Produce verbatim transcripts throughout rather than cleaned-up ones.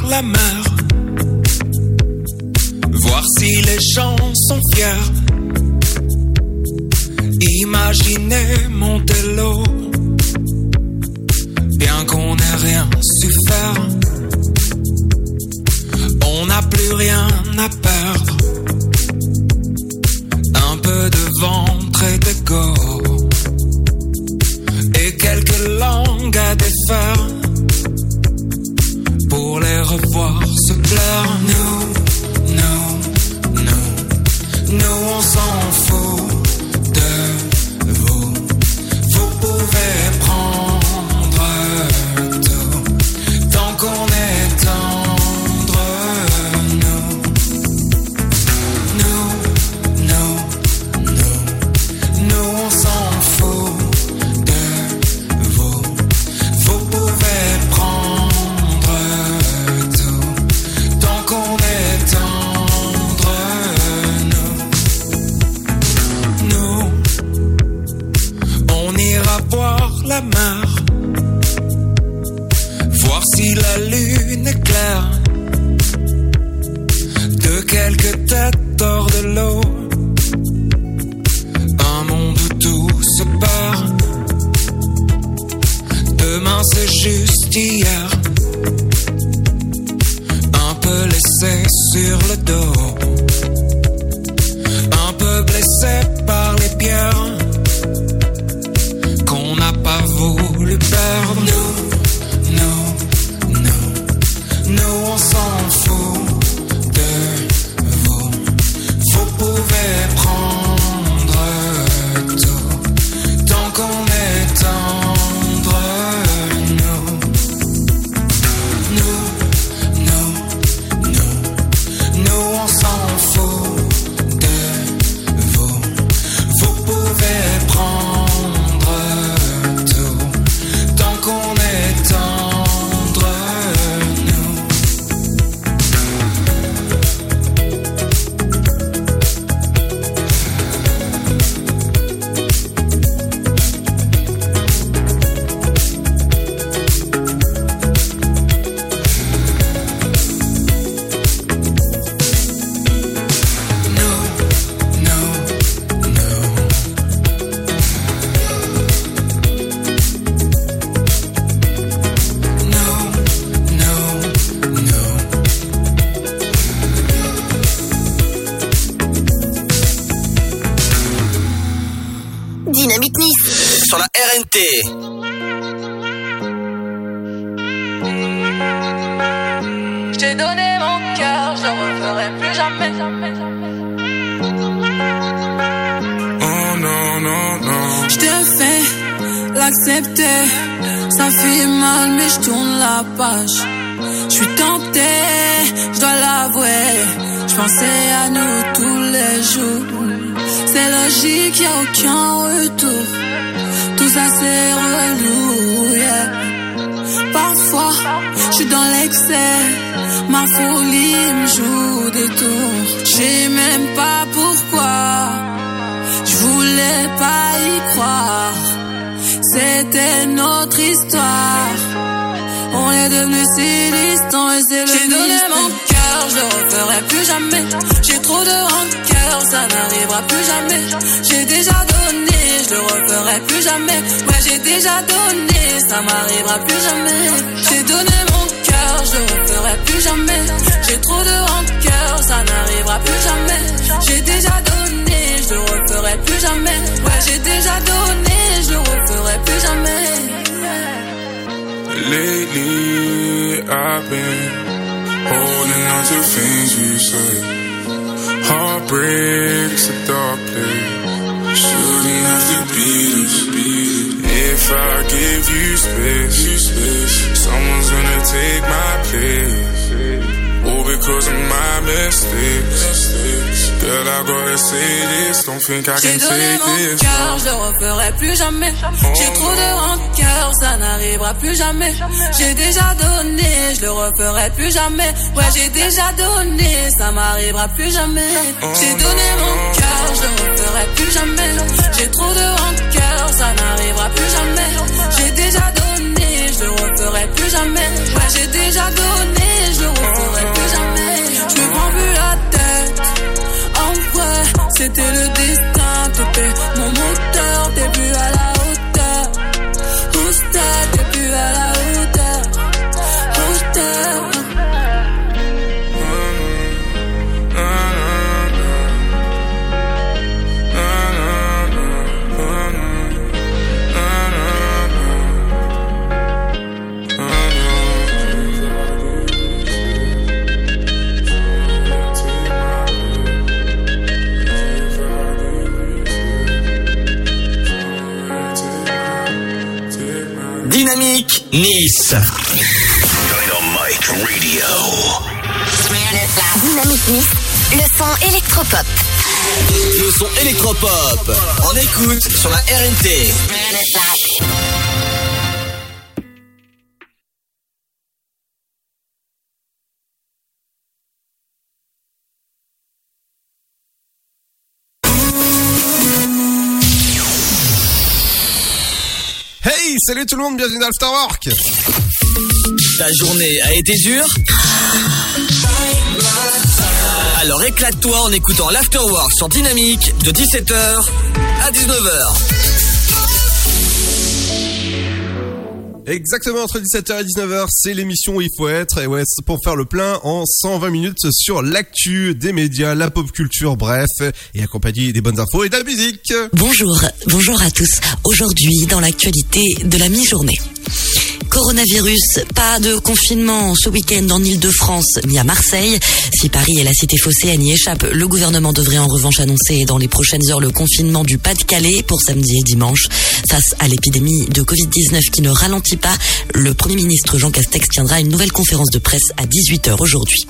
la mer, voir si les gens sont fiers. Imaginez monter l'eau, bien qu'on n'ait rien su faire. On n'a plus rien à perdre, un peu de ventre et d'ego, et quelques langues à défaire, pour les revoir se plaire. Nous, nous, nous, nous on s'en fout de vous. Vous pouvez prendre tout, tant qu'on est tendre. Nous, nous, nous, nous, nous on s'en fout de vous. Vous pouvez prendre tout, tant qu'on est tendre. Nous, nous, on ira voir la mer, voir si la lune est claire. De quelques têtes hors de l'eau, un monde où tout se perd. Demain c'est juste hier, un peu laissé sur le dos, un peu blessé par les pierres qu'on n'a pas voulu perdre. Nous, nous, nous, nous on s'en fout de vous. Vous pouvez prendre tout, tant qu'on est tendre. Nous, nous, nous, nous, nous on s'en fout de vous. Vous pouvez prendre tout, tant qu'on est tendre. Nous, nous, nous, nous, nous, nous, nous. Dynamique Nice. Sur la R N T. J'ai donné mon cœur, je le referai plus jamais. Oh non, non, non. Je te fais l'accepter, ça fait mal mais je tourne la page. Je suis tentée, je dois l'avouer, je pensais à nous tous les jours. C'est logique, y'a aucun retour, tout ça c'est relou, yeah. Parfois, je suis dans l'excès, ma folie me joue des tours. Je sais même pas pourquoi, je voulais pas y croire. C'était notre histoire, on est devenus si distants et c'est le J'ai donné mon cœur, je le referai plus jamais. J'ai trop de rancœur, ça n'arrivera plus jamais. J'ai déjà donné, je le referai plus jamais. Ouais, j'ai déjà donné, ça m'arrivera plus jamais. J'ai donné mon cœur, je le referai plus jamais. J'ai trop de rancœur, ça n'arrivera plus jamais. J'ai déjà donné, je le referai plus jamais. Ouais, j'ai déjà donné, je le referai plus jamais. Lately, I've been holding on to things you said. Heartbreak's a dark place, shouldn't have to beat us. If I give you space, someone's gonna take my place. All because of my mistakes. Girl, I gotta say this, don't think I can take this. J'ai donné mon cœur, je le referai plus jamais. J'ai trop de rancœur, ça n'arrivera plus jamais. J'ai déjà donné, je le referai plus jamais. Ouais, j'ai déjà donné, ça m'arrivera plus jamais. J'ai donné mon cœur, je le referai plus jamais. J'ai trop de rancœur, ça n'arrivera plus jamais. J'ai déjà donné, je le referai plus jamais. Ouais, j'ai déjà donné, je le referai c'était le destin. T'étais mon moteur, t'es plus à la hauteur. Hauteur, t'es plus à la hauteur. Hauteur. Dynamique Nice. Dynamique Nice, le son électropop. Le son électropop. On écoute sur la R N T. Hey, salut tout le monde, bienvenue dans l'Afterwork. Ta journée a été dure? Alors éclate-toi en écoutant l'Afterwork sur Dynamique de dix-sept heures à dix-neuf heures. Exactement, entre dix-sept heures et dix-neuf heures, c'est l'émission où il faut être. Et ouais, c'est pour faire le plein en cent vingt minutes sur l'actu des médias, la pop culture, bref, et accompagné des bonnes infos et de la musique. Bonjour, bonjour à tous. Aujourd'hui, dans l'actualité de la mi-journée. Coronavirus, pas de confinement ce week-end en Île-de-France ni à Marseille. Si Paris et la cité phocéenne y échappent, le gouvernement devrait en revanche annoncer dans les prochaines heures le confinement du Pas-de-Calais pour samedi et dimanche. Face à l'épidémie de covid dix-neuf qui ne ralentit pas, le Premier ministre Jean Castex tiendra une nouvelle conférence de presse à dix-huit heures aujourd'hui.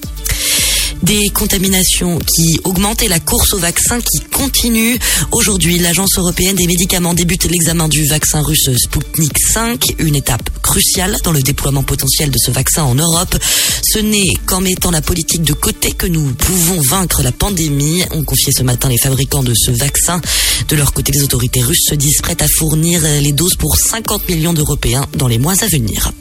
Des contaminations qui augmentent et la course au vaccin qui continue. Aujourd'hui, l'Agence européenne des médicaments débute l'examen du vaccin russe Sputnik cinq, une étape cruciale dans le déploiement potentiel de ce vaccin en Europe. Ce n'est qu'en mettant la politique de côté que nous pouvons vaincre la pandémie, ont confié ce matin les fabricants de ce vaccin. De leur côté, les autorités russes se disent prêtes à fournir les doses pour cinquante millions d'Européens dans les mois à venir.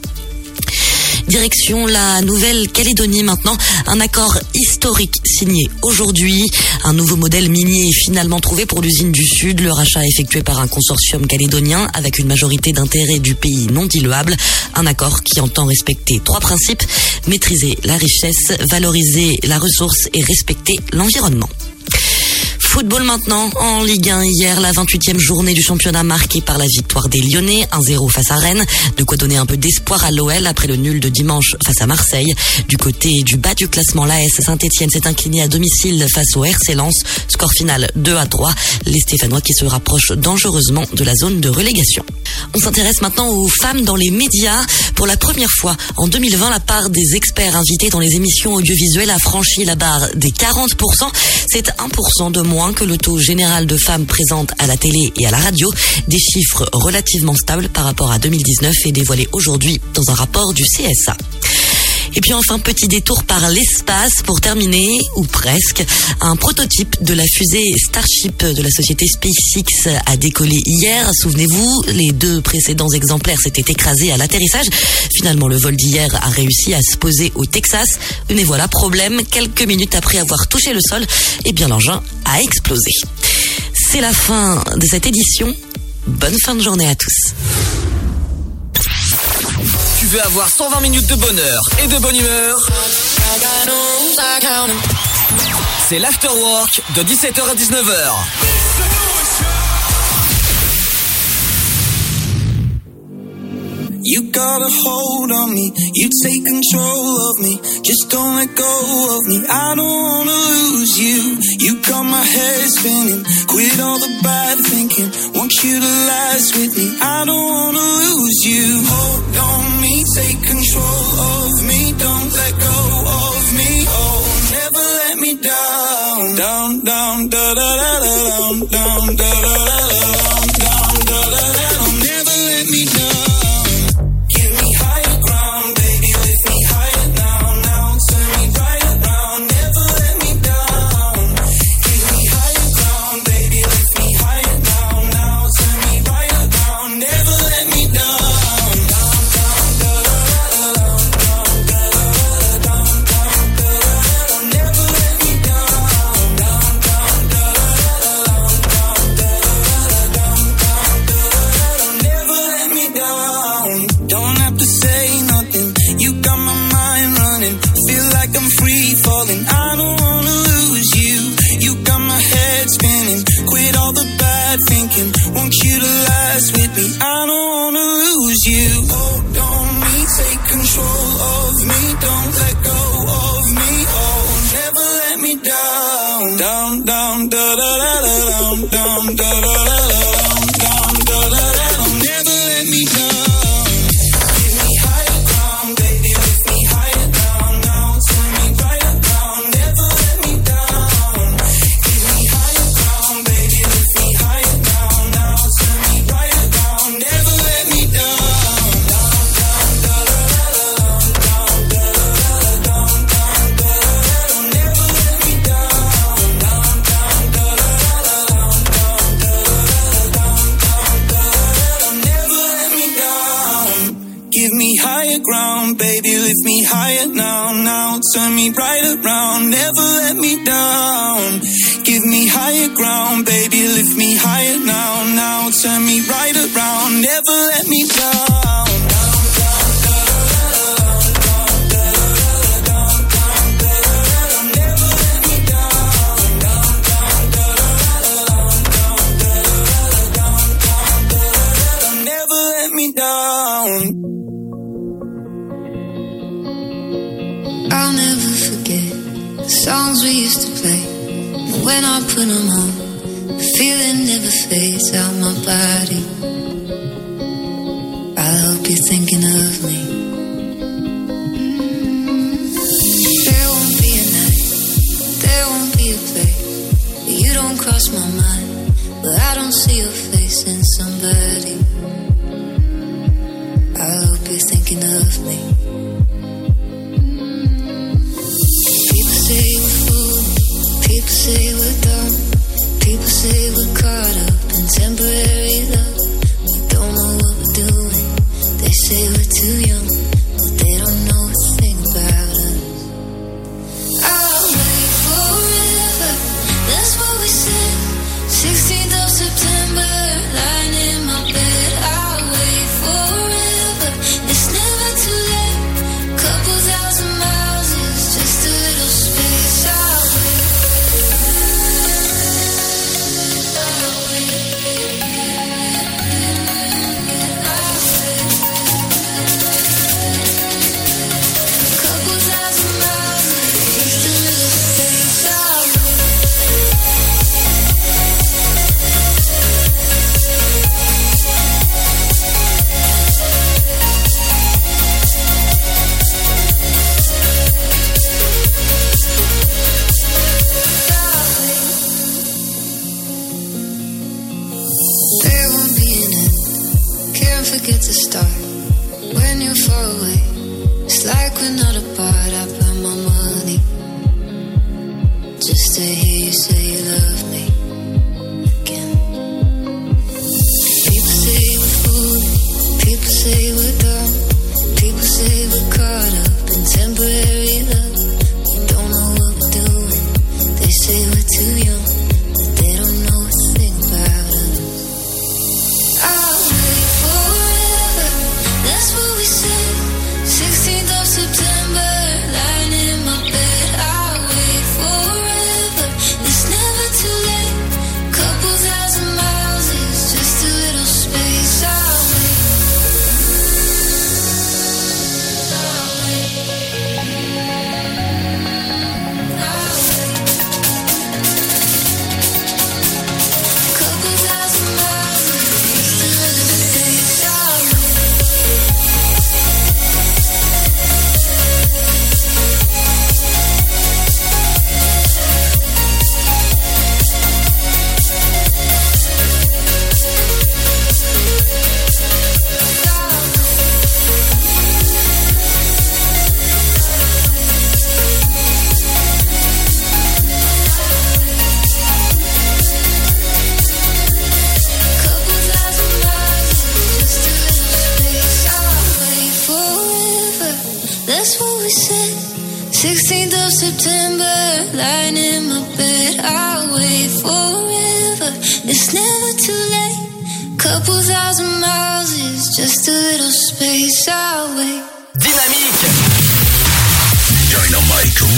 Direction la Nouvelle-Calédonie maintenant, un accord historique signé aujourd'hui. Un nouveau modèle minier est finalement trouvé pour l'usine du Sud. Le rachat effectué par un consortium calédonien avec une majorité d'intérêts du pays non diluable. Un accord qui entend respecter trois principes: maîtriser la richesse, valoriser la ressource et respecter l'environnement. Football maintenant, en Ligue un hier, la vingt-huitième journée du championnat marquée par la victoire des Lyonnais, un zéro face à Rennes. De quoi donner un peu d'espoir à l'O L après le nul de dimanche face à Marseille. Du côté du bas du classement, l'A S Saint-Etienne s'est incliné à domicile face au R C Lens. Score final deux à trois. Les Stéphanois qui se rapprochent dangereusement de la zone de relégation. On s'intéresse maintenant aux femmes dans les médias. Pour la première fois en deux mille vingt, la part des experts invités dans les émissions audiovisuelles a franchi la barre des quarante pour cent. C'est un pour cent de moins que le taux général de femmes présentes à la télé et à la radio. Des chiffres relativement stables par rapport à deux mille dix-neuf et dévoilés aujourd'hui dans un rapport du C S A. Et puis enfin, petit détour par l'espace pour terminer, ou presque. Un prototype de la fusée Starship de la société SpaceX a décollé hier. Souvenez-vous, les deux précédents exemplaires s'étaient écrasés à l'atterrissage. Finalement, le vol d'hier a réussi à se poser au Texas. Mais voilà, problème, quelques minutes après avoir touché le sol, eh bien l'engin a explosé. C'est la fin de cette édition. Bonne fin de journée à tous. Tu veux avoir cent vingt minutes de bonheur et de bonne humeur? C'est l'Afterwork de dix-sept heures à dix-neuf heures. You got a hold on me, you take control of me, just don't let go of me, I don't wanna lose you. You got my head spinning, quit all the bad thinking, want you to last with me, I don't wanna lose you. Hold on me, take control of me, don't let go of me, oh, never let me down. Down, down, da da da da down, down, da da da da down, da da da da, never let me down. like I'm free falling. I don't wanna lose you. You got my head spinning. Quit all the bad thinking. Want you to last with me. I don't wanna lose you. Hold on me, take control of me. Don't let go of me. Oh, never let me down. Down, down, da da da da down, down, da da da da down, down, da da da da. Never let me down. Give me higher ground, baby, lift me higher down. Now turn me right around. Never let me down. Give me higher ground, baby, lift me higher down. Now turn me right around. Never let me down. Down, down, da da da da down, down, da da da da down, down, da da da da. Never let me down. Down, down, da da da da down, down, da da da da down, down, da da da da. Never let me down. Give me higher ground, baby, lift me higher now, now turn me right around. Never let me down. Give me higher ground, baby, lift me higher now, now turn me right around. Never let me down. Down, down, da da da da down, down, da da da da down, down, da da da da. Never let me down. Down, down, da da da da down, down, da da da da down, down, da da da da. Never let me down. I'll never forget the songs we used to play. And when I put them on, the feeling never fades out my body. I hope you're thinking of me. There won't be a night, there won't be a place. You don't cross my mind, but I don't see your face in somebody. I hope you're thinking of me. Say we're fools, people say we're dumb, people say we're caught up in temporary love. We don't know what we're doing, they say we're too young, but they don't know a thing about us. I'll wait forever, that's what we said. sixteenth of September, lying in my bed. I'll wait forever, it's never too late. Couple thousand miles is just a little space. I'll wait. I'll wait. I'll wait. Couple thousand miles is just a little space. I'll wait. There won't be an end, can't forget to start. When you're far away, it's like we're not apart. I burn my money just to hear you say you love me again. People say we're fools, people say we're dumb, people say we're caught up in temporary love. We don't know what we're doing, they say we're too young, but they don't know a thing about us. I'll wait forever, that's what we said. sixteenth of September, lying in my bed. I'll wait forever, it's never too late. Couple thousand miles is just a little space. I'll wait. I'll wait. I'll wait. Couple thousand miles is just a little space. I'll wait. Couple thousand miles is just a little space. I'll wait forever, that's what we said. sixteenth of September, lying in my bed. I'll wait forever, it's never too late. Couple thousand miles is just a little space. I'll wait. Dynamique. Dynamite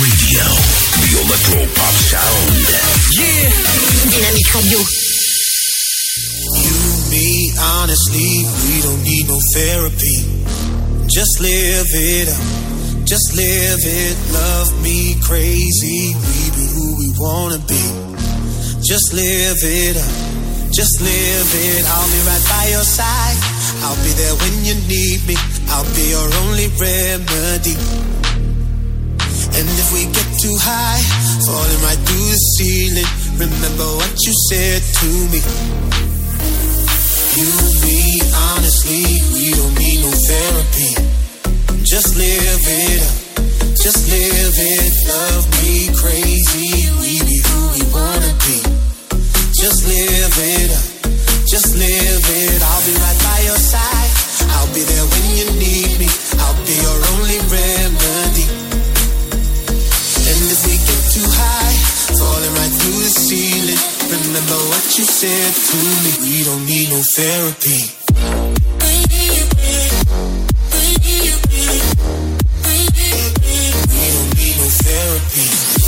Yeah. Dynamique Radio. You, me, honestly, we don't need no therapy. Just live it up, just live it. Love me crazy, we be who we wanna be. Just live it up, just live it. I'll be right by your side, I'll be there when you need me. I'll be your only remedy. And if we get too high, falling right through the ceiling, remember what you said to me. You, me, honestly, we don't need no therapy. Just live it up, just live it. Love me crazy, we be who we wanna be. Just live it up, just live it. I'll be right by your side, I'll be there when you need me. I'll be your only remedy. And if we get too high, falling right through the ceiling, remember what you said to me. We don't need no therapy. We don't need no therapy.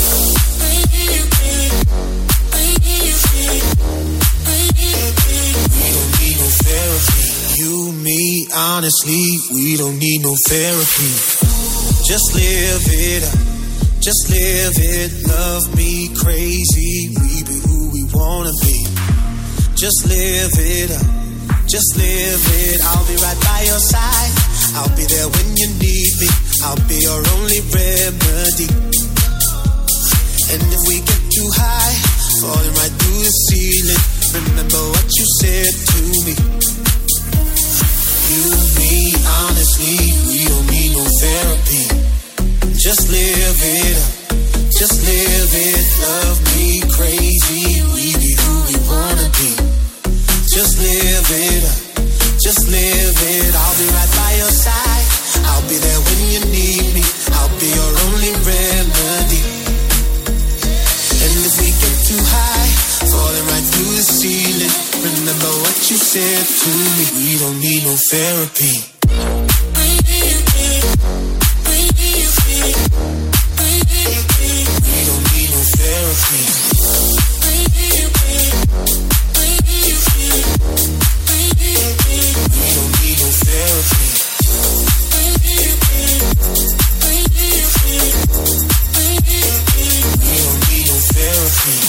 We don't need no therapy. You, me, honestly, we don't need no therapy. Just live it up, just live it. Love me crazy, we be who we wanna be. Just live it up, just live it. I'll be right by your side, I'll be there when you need me. I'll be your only remedy. And if we get too high, falling right through the ceiling, remember what you said to me. You, me, honestly, we don't need no therapy. Just live it up, just live it. Love me crazy, we be who we wanna be. Just live it up, just live it. I'll be right by your side, I'll be there when you need me. I'll be your only remedy. And if we get too high, falling right through the ceiling, remember what you said to me. We don't need no therapy. We don't need no therapy. We don't need no therapy. We don't need no therapy.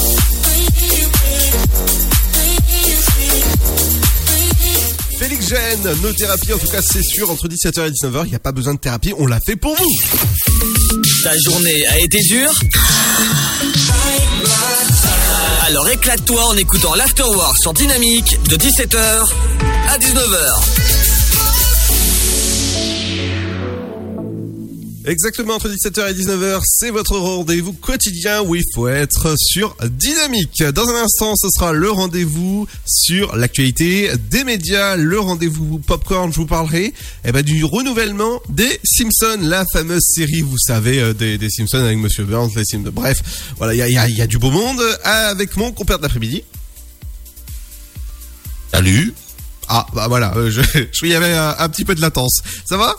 Félix Gène, nos thérapies, en tout cas c'est sûr, entre dix-sept heures et dix-neuf heures, il n'y a pas besoin de thérapie, on l'a fait pour vous. Ta journée a été dure? Alors éclate-toi en écoutant l'Afterwork sur Dynamique de dix-sept heures à dix-neuf heures. Exactement, entre dix-sept heures et dix-neuf heures, c'est votre rendez-vous quotidien où il faut être sur Dynamique. Dans un instant, ce sera le rendez-vous sur l'actualité des médias, le rendez-vous Popcorn. Je vous parlerai eh ben, du renouvellement des Simpsons, la fameuse série, vous savez, euh, des, des Simpsons avec Monsieur Burns, les Simpsons. Bref, voilà, il y a, y, a, y a du beau monde avec mon compère de l'après-midi. Salut. Ah, bah voilà, euh, je, je il y avait un, un petit peu de latence. Ça va?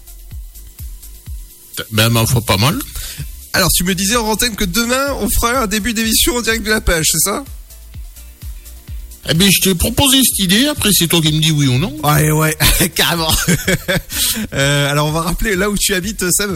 Ben, ma foi, pas mal. Alors, tu me disais en antenne que demain, on fera un début d'émission en direct de la pêche, c'est ça? Eh bien, je t'ai proposé cette idée, après c'est toi qui me dis oui ou non. Ouais, ouais, carrément. euh, alors, on va rappeler là où tu habites, Seb.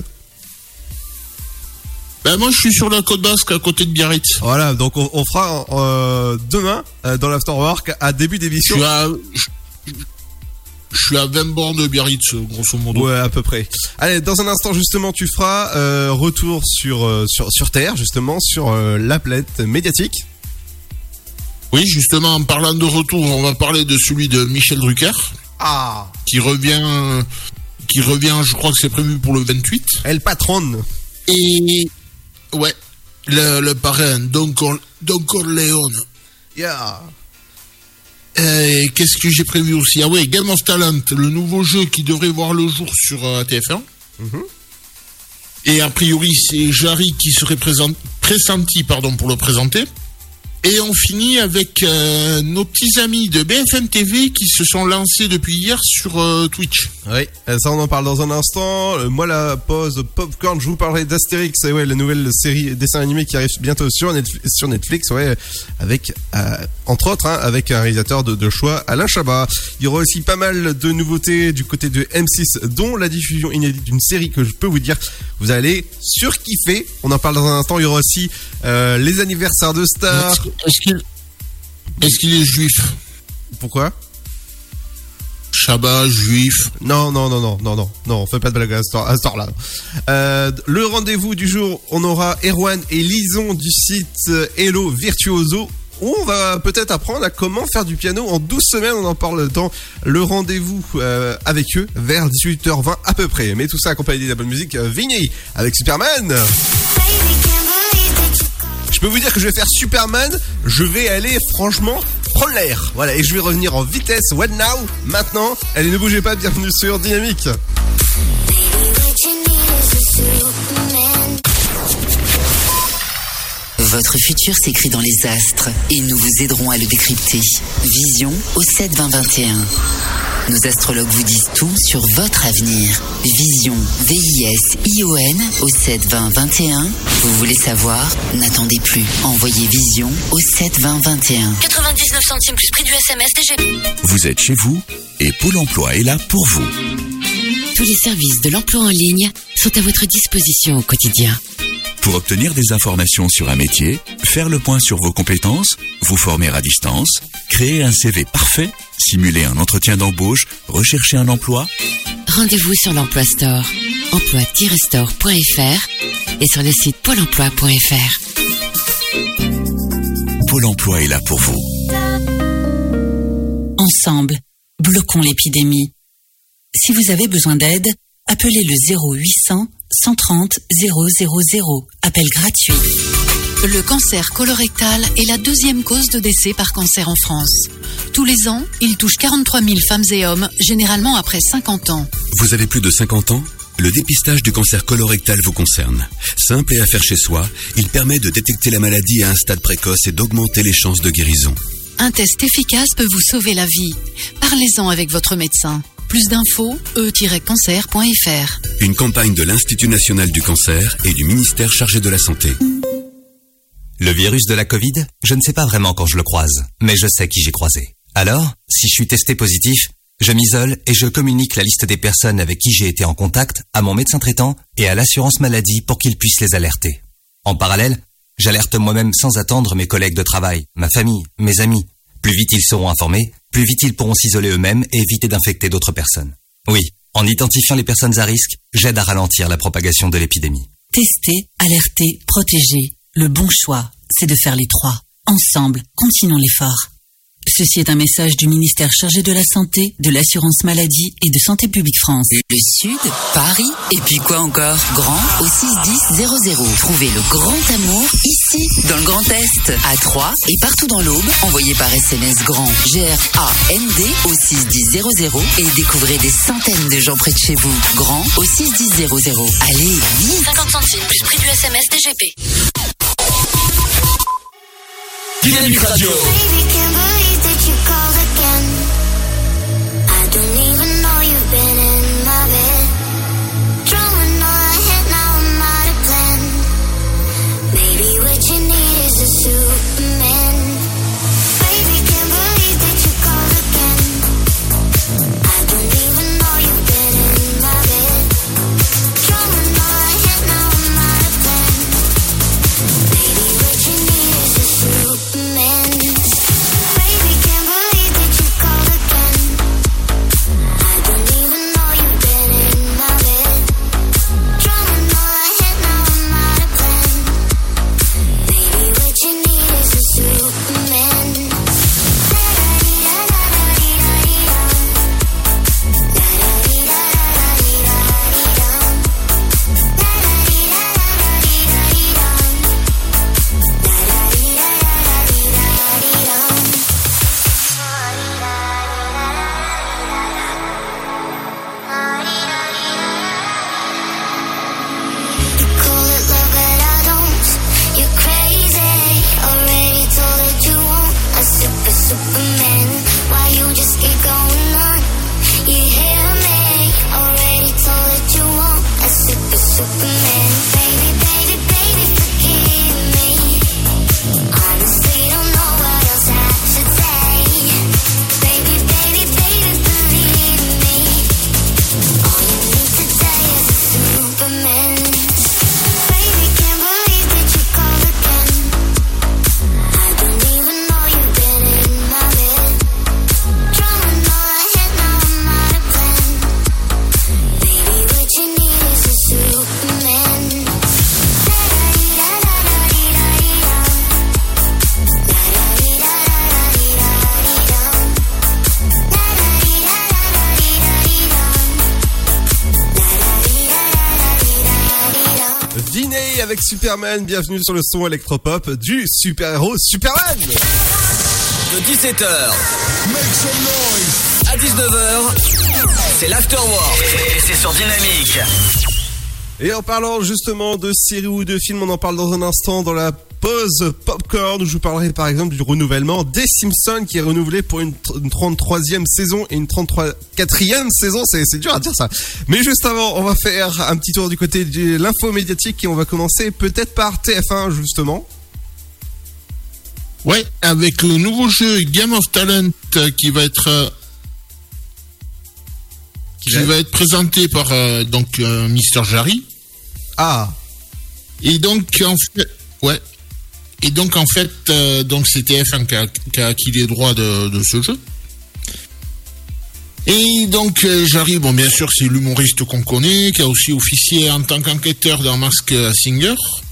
Ben, moi, je suis sur la côte basque, à côté de Biarritz. Voilà, donc on, on fera euh, demain, euh, dans l'Afterwork, à début d'émission. Je suis à... Je... Je suis à vingt bornes de Biarritz, grosso modo. Ouais, à peu près. Allez, dans un instant, justement, tu feras euh, retour sur, euh, sur sur Terre, justement, sur euh, la planète médiatique. Oui, justement, en parlant de retour, on va parler de celui de Michel Drucker. Ah. Qui revient, qui revient, je crois que c'est prévu pour le vingt-huit. El Patron. Et, ouais, le, le parrain, Don, Cor- Don Corleone. Yeah. Euh, qu'est-ce que j'ai prévu aussi? Ah ouais, Game of Talent, le nouveau jeu qui devrait voir le jour sur euh, T F un. Mm-hmm. Et a priori, c'est Jarry qui serait présent, pressenti pardon, pour le présenter. Et on finit avec euh, nos petits amis de B F M T V qui se sont lancés depuis hier sur euh, Twitch. Oui, ça on en parle dans un instant. Euh, moi la pause popcorn, je vous parlerai d'Astérix, et ouais, la nouvelle série dessin animé qui arrive bientôt sur Netflix, sur Netflix, ouais, avec euh, entre autres hein, avec un réalisateur de, de choix, Alain Chabat. Il y aura aussi pas mal de nouveautés du côté de M six, dont la diffusion inédite d'une série que je peux vous dire, vous allez surkiffer. On en parle dans un instant. Il y aura aussi euh, les anniversaires de stars. Est-ce qu'il, est-ce qu'il est juif? Pourquoi? Chabat, juif. Non, non, non, non, non, non, non, on fait pas de blague à ce temps- à ce temps-là. Euh, le rendez-vous du jour, on aura Erwan et Lison du site Hello Virtuoso, où on va peut-être apprendre à comment faire du piano en douze semaines. On en parle dans le rendez-vous euh, avec eux vers dix-huit heures vingt à peu près. Mais tout ça accompagné de la bonne musique. Vinny avec Superman. Je peux vous dire que je vais faire Superman, je vais aller franchement prendre l'air. Voilà, et je vais revenir en vitesse. What now? Maintenant. Allez, ne bougez pas, bienvenue sur Dynamique. Votre futur s'écrit dans les astres et nous vous aiderons à le décrypter. Vision au sept vingt vingt et un. Nos astrologues vous disent tout sur votre avenir. Vision, V I S I O N au sept vingt vingt et un. Vous voulez savoir? N'attendez plus. Envoyez Vision au sept vingt vingt et un. quatre-vingt-dix-neuf centimes plus prix du S M S D G P. Vous êtes chez vous et Pôle emploi est là pour vous. Tous les services de l'emploi en ligne sont à votre disposition au quotidien. Pour obtenir des informations sur un métier, faire le point sur vos compétences, vous former à distance, créer un C V parfait, simuler un entretien d'embauche, rechercher un emploi. Rendez-vous sur l'Emploi Store, emploi tiret store point f r et sur le site pôle emploi point f r. Pôle emploi est là pour vous. Ensemble, bloquons l'épidémie. Si vous avez besoin d'aide, appelez le zéro huit cents cent trente zéro zéro zéro. Appel gratuit. Le cancer colorectal est la deuxième cause de décès par cancer en France. Tous les ans, il touche quarante-trois mille femmes et hommes, généralement après cinquante ans. Vous avez plus de cinquante ans ? Le dépistage du cancer colorectal vous concerne. Simple et à faire chez soi, il permet de détecter la maladie à un stade précoce et d'augmenter les chances de guérison. Un test efficace peut vous sauver la vie. Parlez-en avec votre médecin. Plus d'infos, e tiret cancer point f r. Une campagne de l'Institut national du cancer et du ministère chargé de la santé. Le virus de la Covid, je ne sais pas vraiment quand je le croise, mais je sais qui j'ai croisé. Alors, si je suis testé positif, je m'isole et je communique la liste des personnes avec qui j'ai été en contact à mon médecin traitant et à l'assurance maladie pour qu'ils puissent les alerter. En parallèle, j'alerte moi-même sans attendre mes collègues de travail, ma famille, mes amis. Plus vite ils seront informés, plus vite ils pourront s'isoler eux-mêmes et éviter d'infecter d'autres personnes. Oui, en identifiant les personnes à risque, j'aide à ralentir la propagation de l'épidémie. Tester, alerter, protéger. Le bon choix, c'est de faire les trois. Ensemble, continuons l'effort. Ceci est un message du ministère chargé de la Santé, de l'Assurance Maladie et de Santé Publique France. Le Sud, Paris, et puis quoi encore? Grand au six dix zéro zéro. Trouvez le grand amour ici, dans le Grand Est, à Troyes et partout dans l'Aube. Envoyez par S M S grand G R A N D au six dix zéro zéro et découvrez des centaines de gens près de chez vous. Grand au six dix zéro zéro. Allez, vite! cinquante centimes plus prix du S M S D G P. Dynamique Radio. Superman, baby, baby, baby, forgive me. Honestly, don't know what else I should say. Baby, baby, baby, believe me. All you need to say is Superman. Baby, can't believe that you called again. I don't even know you've been in my bed. Drawing all ahead, now I'm out of plan. Baby, what you need is a Superman. Vinay avec Superman, bienvenue sur le son électropop du super-héros Superman. De dix-sept heures à dix-neuf heures, c'est l'Afterwork et c'est sur Dynamique. Et en parlant justement de séries ou de films, on en parle dans un instant dans la pause Popcorn, où je vous parlerai par exemple du renouvellement des Simpsons qui est renouvelé pour une, une trente-troisième saison et une trente-quatrième saison, c'est, c'est dur à dire ça. Mais juste avant, on va faire un petit tour du côté de l'info médiatique et on va commencer peut-être par T F un justement. Ouais, avec le nouveau jeu Game of Talent euh, qui va être euh, qui va être présenté par euh, donc euh, Mister Jarry. Ah. Et donc en fait, ouais. Et donc en fait, euh, donc c'est T F un qui a, qui a acquis les droits de, de ce jeu. Et donc euh, Jarry, bon bien sûr c'est l'humoriste qu'on connaît, qui a aussi officié en tant qu'enquêteur dans Masked Singer.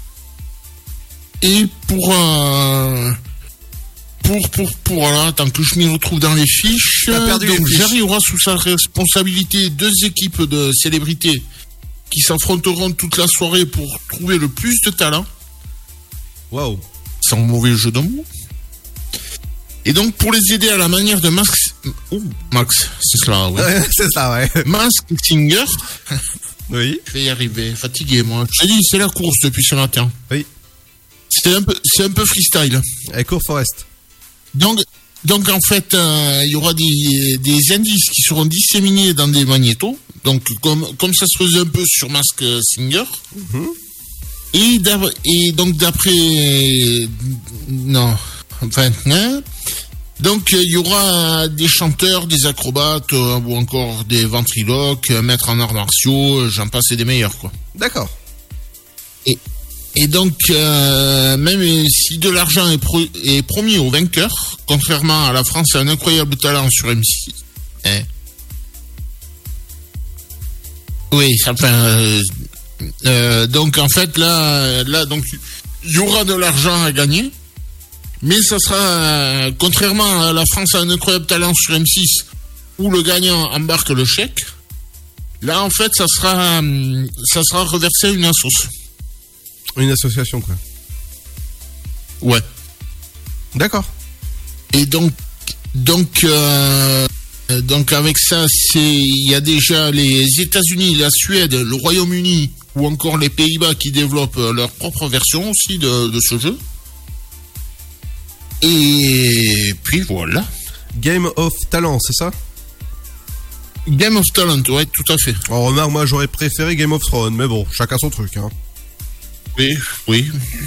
Et pour euh, Pour, pour, pour, voilà, tant que je m'y retrouve dans les fiches. Donc, les fiches. Jarry aura sous sa responsabilité deux équipes de célébrités qui s'affronteront toute la soirée pour trouver le plus de talent. Waouh. Sans mauvais jeu de mots. Et donc, pour les aider à la manière de Max, oh, Max, c'est cela, ouais. ouais c'est ça, ouais. Masked Singer. Oui. Je vais y arriver, fatigué, moi. Je t'ai dit, c'est la course depuis ce matin. Oui. C'est un peu, c'est un peu freestyle. Avec Court Forest. Donc, donc en fait, euh, il y aura des, des indices qui seront disséminés dans des magnétos. Donc, comme, comme ça se faisait un peu sur Masked Singer. Mm-hmm. Et, et donc, d'après... Non. Enfin, hein, donc, il y aura des chanteurs, des acrobates, euh, ou encore des ventriloques, euh, maîtres en arts martiaux, j'en passe et des meilleurs, quoi. D'accord. Et... Et donc, euh, même si de l'argent est, pro- est promis aux vainqueurs, contrairement à la France, a un incroyable talent sur M six. Hein. Oui, enfin, euh, euh, donc en fait là, là donc il y aura de l'argent à gagner, mais ça sera euh, contrairement à la France a un incroyable talent sur M six, où le gagnant embarque le chèque. Là, en fait, ça sera, euh, ça sera reversé à une association. Une association, quoi. Ouais. D'accord. Et donc, donc, euh, donc avec ça, c'est, il y a déjà les États-Unis, la Suède, le Royaume-Uni ou encore les Pays-Bas qui développent leur propre version aussi de, de ce jeu. Et puis voilà. Game of Talent, c'est ça? Game of Talent, ouais, tout à fait. Alors, remarque, moi, j'aurais préféré Game of Thrones, mais bon, chacun son truc, hein. Oui, oui.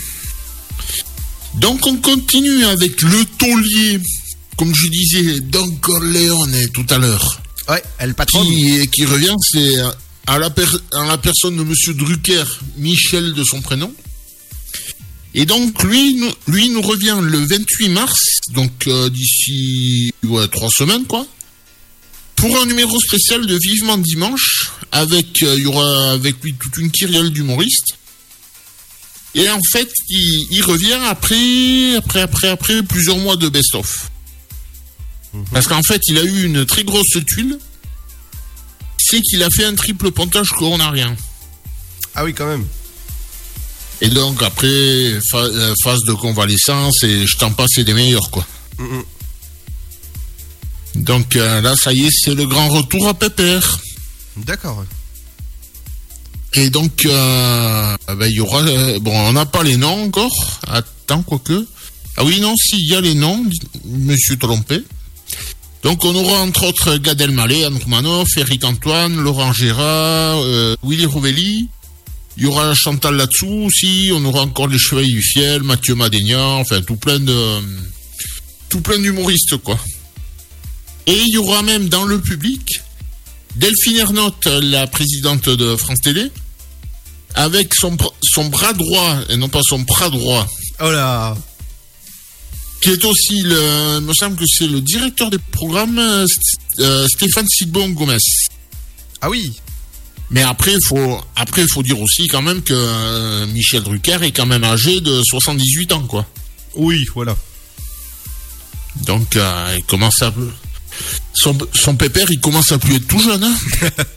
Donc on continue avec le taulier, comme je disais, Don Corleone tout à l'heure. Ouais, elle patronne. Qui, qui revient, c'est à la, per, à la personne de Monsieur Drucker, Michel de son prénom. Et donc lui, lui nous revient le vingt-huit mars, donc euh, d'ici ouais, trois semaines quoi, pour un numéro spécial de Vivement Dimanche, avec il euh, y aura avec lui toute une kyrielle d'humoristes. Et en fait, il, il revient après, après, après, après plusieurs mois de best-of. Mmh. Parce qu'en fait, il a eu une très grosse tuile. C'est qu'il a fait un triple pontage coronarien. Ah oui, quand même. Et donc, après, fa- phase de convalescence, et je t'en passe, c'est des meilleurs, quoi. Mmh. Donc euh, là, ça y est, c'est le grand retour à Pépère. D'accord. Et donc, euh, ben, il y aura... Euh, bon, on n'a pas les noms encore. Attends, quoique... Ah oui, non, si, il y a les noms, je me suis trompé. Donc, on aura entre autres Gad Elmaleh, Anne Romanoff, Éric Antoine, Laurent Gérard, euh, Willy Rovelli, Il y aura Chantal là-dessous aussi, on aura encore les Chevaliers du Fiel, Mathieu Madénian, enfin tout plein de tout plein d'humoristes quoi. Et il y aura même dans le public Delphine Ernotte, la présidente de France Télé, avec son son bras droit et non pas son bras droit. Oh là. Qui est aussi le, il me semble que c'est le directeur des programmes euh, Stéphane Sidbon Gomez. Ah oui. Mais après, il faut, après, il faut dire aussi quand même que euh, Michel Drucker est quand même âgé de soixante-dix-huit ans, quoi. Oui, voilà. Donc, euh, il commence à... Son, son pépère, il commence à plus être tout jeune, hein.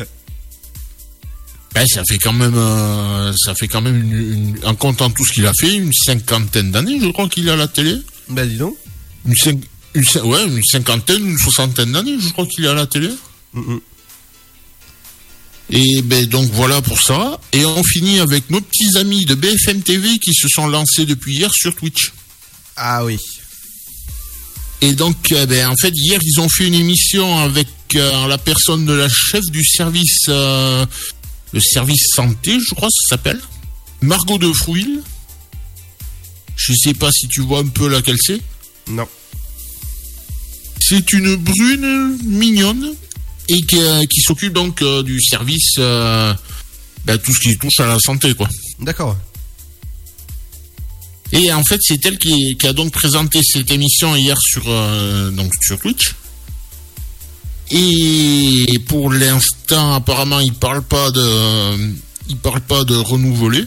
Ben, ça fait quand même, euh, ça fait quand même, une, une, en comptant tout ce qu'il a fait, une cinquantaine d'années, je crois qu'il est à la télé. Ben, dis donc. Une, cinq, une, ouais, une cinquantaine, une soixantaine d'années, je crois qu'il est à la télé. Mm-mm. Et ben donc voilà pour ça. Et on finit avec nos petits amis de B F M T V qui se sont lancés depuis hier sur Twitch. Ah oui. Et donc euh, ben en fait hier ils ont fait une émission avec euh, la personne de la chef du service, euh, le service santé, je crois ça s'appelle, Margot de Frouil. Je sais pas si tu vois un peu laquelle c'est. Non. C'est une brune mignonne. Et qui, euh, qui s'occupe donc euh, du service, euh, bah, tout ce qui touche à la santé, quoi. D'accord. Et en fait, c'est elle qui, qui a donc présenté cette émission hier sur, euh, donc sur Twitch. Et pour l'instant, apparemment, il parle pas de, euh, il parle pas de renouveler.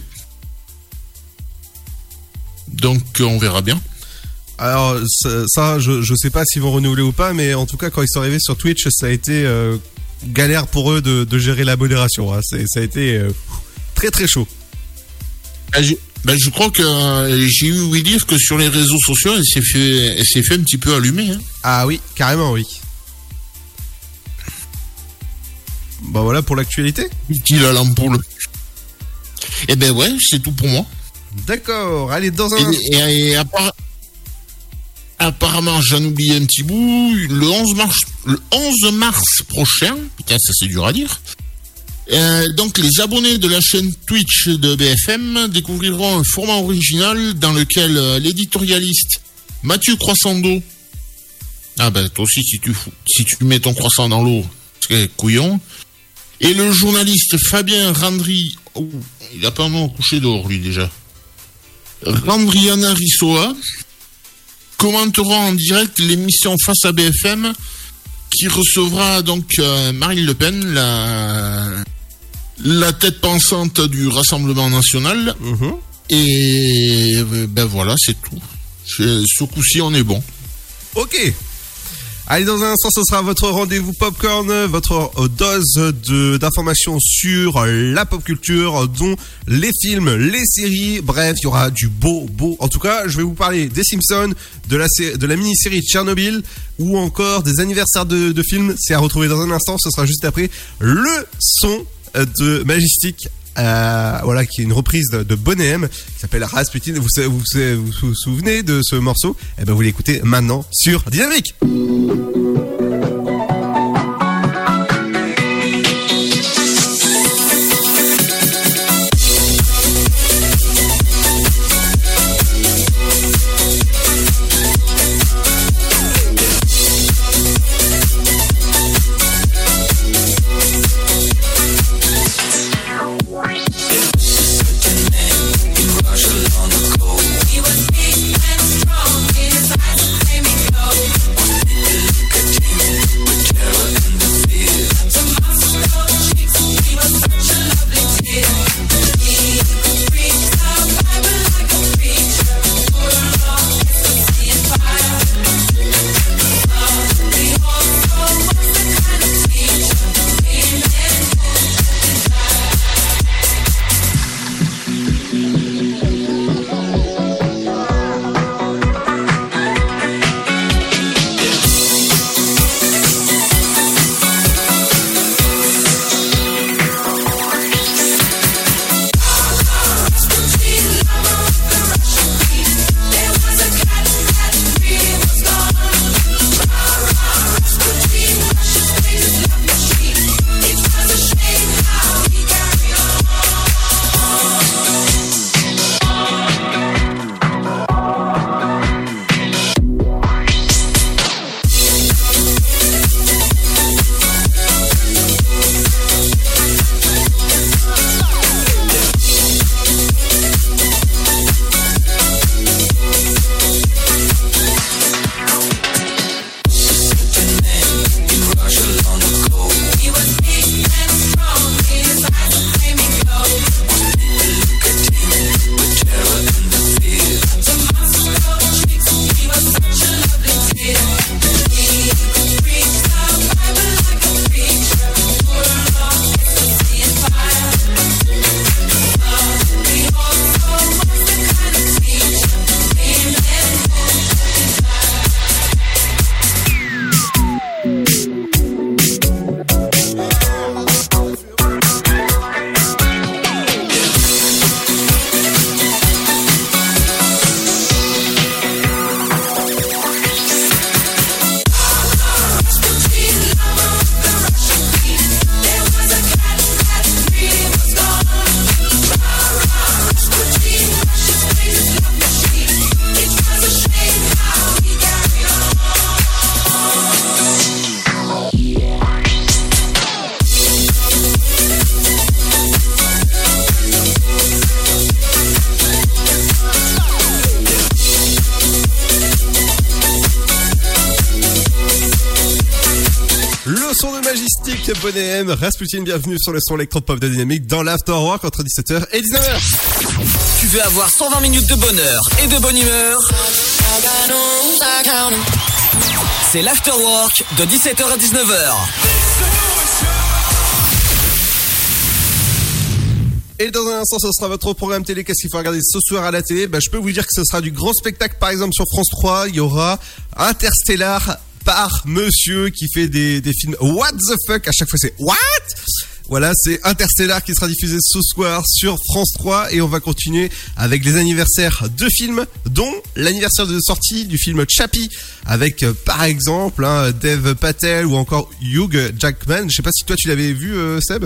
Donc, on verra bien. Alors ça, ça je, je sais pas s'ils vont renouveler ou pas, mais en tout cas quand ils sont arrivés sur Twitch, ça a été euh, galère pour eux de, de gérer la modération. Hein. C'est, ça a été euh, très très chaud. Ben je, ben je crois que euh, j'ai eu ouï dire que sur les réseaux sociaux, elle s'est fait, elle s'est fait un petit peu allumer. Hein. Ah oui, carrément oui. Bah voilà pour l'actualité. Il a l'ampoule. Eh ben ouais, c'est tout pour moi. D'accord. Allez dans un. Et, et, et à part... Apparemment, j'en oublié un petit bout. Le onze mars, le onze mars prochain, putain, ça c'est dur à dire. Euh, donc, les abonnés de la chaîne Twitch de B F M découvriront un format original dans lequel euh, l'éditorialiste Mathieu Croissant-d'eau. Ah ben, toi aussi, si tu fous, si tu mets ton croissant dans l'eau, c'est couillon. Et le journaliste Fabien Randri, oh, il a pas un nom couché dehors lui déjà. Randriana Rissoa commenteront en direct l'émission Face à B F M qui recevra donc euh, Marine Le Pen, la, la tête pensante du Rassemblement National. Mmh. Et ben voilà, c'est tout. Ce coup-ci, on est bon. Ok. Allez, dans un instant, ce sera votre rendez-vous Popcorn, votre dose de, d'informations sur la pop culture, dont les films, les séries, bref, il y aura du beau, beau. En tout cas, je vais vous parler des Simpsons, de la, de la mini-série Tchernobyl, ou encore des anniversaires de, de films. C'est à retrouver dans un instant, ce sera juste après le son de Majestic. Euh, voilà, qui est une reprise de, de Boney M qui s'appelle Rasputin. Vous vous, vous vous vous souvenez de ce morceau? Eh ben vous l'écoutez maintenant sur Dynamique. He was big and strong, his eyes made me glow. Take a look Bonnet M, Rasputin, bienvenue sur le son électropop de Dynamique dans l'Afterwork entre dix-sept heures et dix-neuf heures. Tu veux avoir cent vingt minutes de bonheur et de bonne humeur? C'est l'Afterwork de dix-sept heures à dix-neuf heures. Et dans un instant, ce sera votre programme télé. Qu'est-ce qu'il faut regarder ce soir à la télé? Bah, je peux vous dire que ce sera du grand spectacle. Par exemple, sur France trois, il y aura Interstellar par monsieur qui fait des, des films what the fuck. À chaque fois, c'est what? Voilà, c'est Interstellar qui sera diffusé ce soir sur France trois. Et on va continuer avec les anniversaires de films, dont l'anniversaire de sortie du film Chappie, avec euh, par exemple hein, Dev Patel ou encore Hugh Jackman. Je sais pas si toi tu l'avais vu, euh, Seb.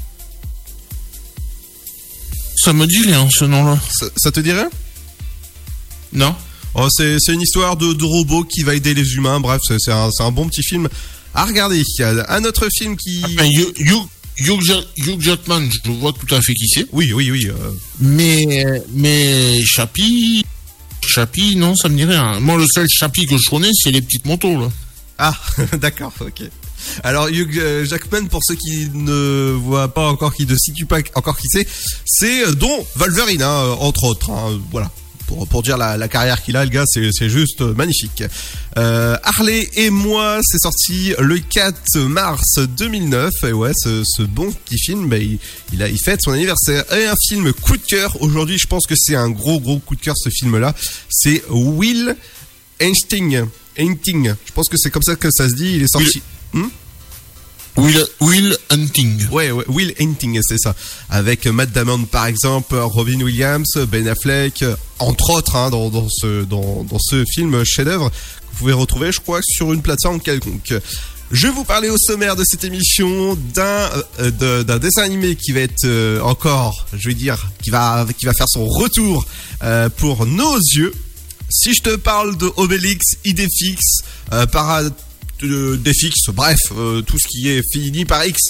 Ça me dit rien, ce nom-là. Ça, ça te dit rien? Non. Oh, c'est, c'est une histoire de, de robot qui va aider les humains. Bref, c'est, c'est, un, c'est un bon petit film à regarder. Il y a un autre film qui... Enfin, Hugh, Hugh, Hugh, Hugh Jackman, je vois tout à fait qui c'est. Oui, oui, oui. Euh... Mais, mais Chappie... Chappie, non, ça me dit rien. Moi, le seul Chappie que je connais, c'est les petites motos, là. Ah, d'accord, ok. Alors Hugh Jackman, pour ceux qui ne voient pas encore, qui ne situent pas encore qui c'est, c'est dont Wolverine, hein, entre autres. Hein, voilà, pour pour dire la, la carrière qu'il a, le gars, c'est c'est juste magnifique. Euh, Harley et moi, c'est sorti le quatre mars deux mille neuf. Et ouais, ce, ce bon petit film, bah, il, il a il fête son anniversaire. Et un film coup de cœur aujourd'hui, je pense que c'est un gros gros coup de cœur ce film-là. C'est Will Hunting. Hunting. Je pense que c'est comme ça que ça se dit. Il est sorti. Oui. Hmm? Will, Will Hunting. Ouais, ouais, Will Hunting, c'est ça. Avec Matt Damon par exemple, Robin Williams, Ben Affleck, entre autres, hein, dans, dans ce dans, dans ce film chef-d'œuvre que vous pouvez retrouver, je crois, sur une plateforme quelconque. Je vais vous parler au sommaire de cette émission d'un euh, de, d'un dessin animé qui va être euh, encore, je vais dire, qui va qui va faire son retour euh, pour nos yeux. Si je te parle de Obélix, Idéfix, euh, Para de, Défix, bref, euh, tout ce qui est fini par X.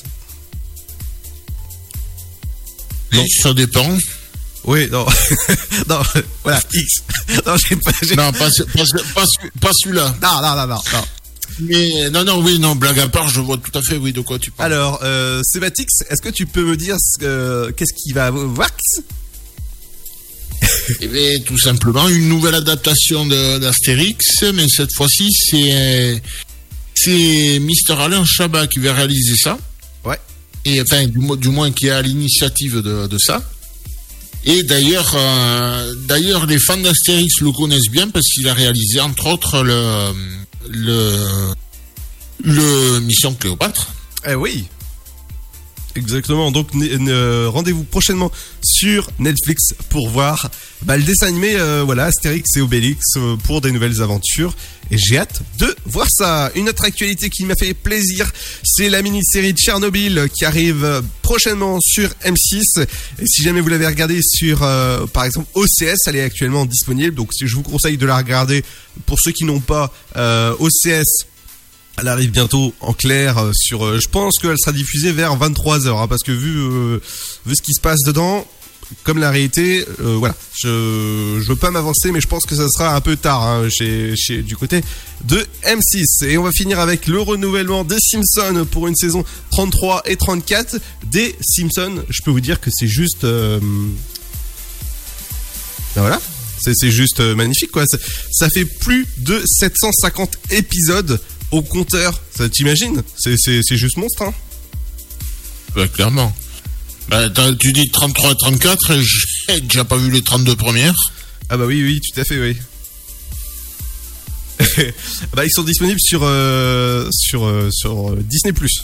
Non, ça dépend. Oui, non, non, voilà, X. Non, j'ai pas, j'ai... non, pas, pas, pas, pas celui-là. Non, non, non, non, non. Mais non, non, oui, non, blague à part, je vois tout à fait, oui, de quoi tu parles. Alors, euh, Sébatix, est-ce que tu peux me dire ce que, qu'est-ce qui va voir? Eh bien, tout simplement, une nouvelle adaptation de, d'Astérix, mais cette fois-ci, c'est, c'est Mister Alain Chabat qui va réaliser ça. Ouais. Et enfin, du, du moins, qui est à l'initiative de, de ça. Et d'ailleurs, euh, d'ailleurs, les fans d'Astérix le connaissent bien parce qu'il a réalisé, entre autres, le, le, le Mission Cléopâtre. Eh oui. Exactement, donc n- n- rendez-vous prochainement sur Netflix pour voir bah, le dessin animé, euh, voilà, Astérix et Obélix euh, pour des nouvelles aventures. Et j'ai hâte de voir ça. Une autre actualité qui m'a fait plaisir, c'est la mini-série de Tchernobyl qui arrive prochainement sur M six. Et si jamais vous l'avez regardé sur, euh, par exemple, O C S, elle est actuellement disponible. Donc je vous conseille de la regarder. Pour ceux qui n'ont pas euh, O C S, elle arrive bientôt en clair euh, sur. Euh, je pense qu'elle sera diffusée vers vingt-trois heures, hein, parce que vu euh, vu ce qui se passe dedans, comme la réalité, euh, voilà. Je je veux pas m'avancer, mais je pense que ça sera un peu tard hein, chez chez du côté de M six. Et on va finir avec le renouvellement des Simpsons pour une saison trente-trois et trente-quatre des Simpsons. Je peux vous dire que c'est juste. Euh... Ben voilà. C'est c'est juste euh, magnifique quoi. Ça, ça fait plus de sept cent cinquante épisodes au compteur, ça t'imagines? C'est, c'est, c'est juste monstre, hein? Bah, clairement. Bah, tu dis trente-trois et trente-quatre, j'ai déjà pas vu les trente-deux premières. Ah bah oui, oui, tout à fait, oui. Bah, ils sont disponibles sur, euh, sur, euh, sur euh, Disney plus.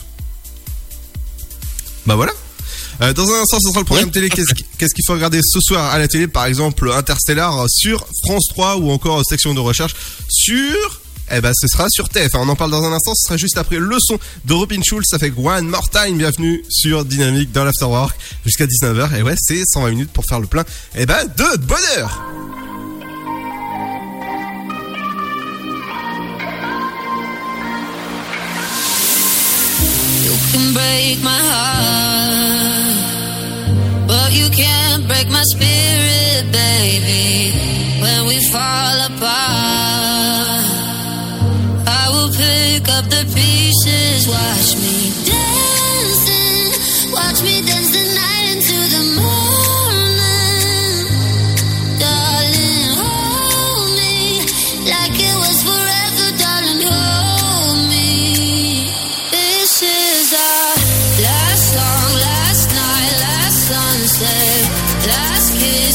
Bah voilà. Euh, dans un instant, ce sera le programme ouais. télé. Qu'est-ce, qu'est-ce qu'il faut regarder ce soir à la télé? Par exemple, Interstellar sur France trois ou encore section de recherche sur... Eh ben, ce sera sur T F. On en parle dans un instant. Ce sera juste après le son de Robin Schulz. Ça fait One More Time. Bienvenue sur Dynamique dans l'Afterwork jusqu'à dix-neuf heures. Et ouais, c'est cent vingt minutes pour faire le plein. Eh ben, de bonheur. You can break my heart, but you can't break my spirit, baby. When we fall apart, I will pick up the pieces, watch me dance.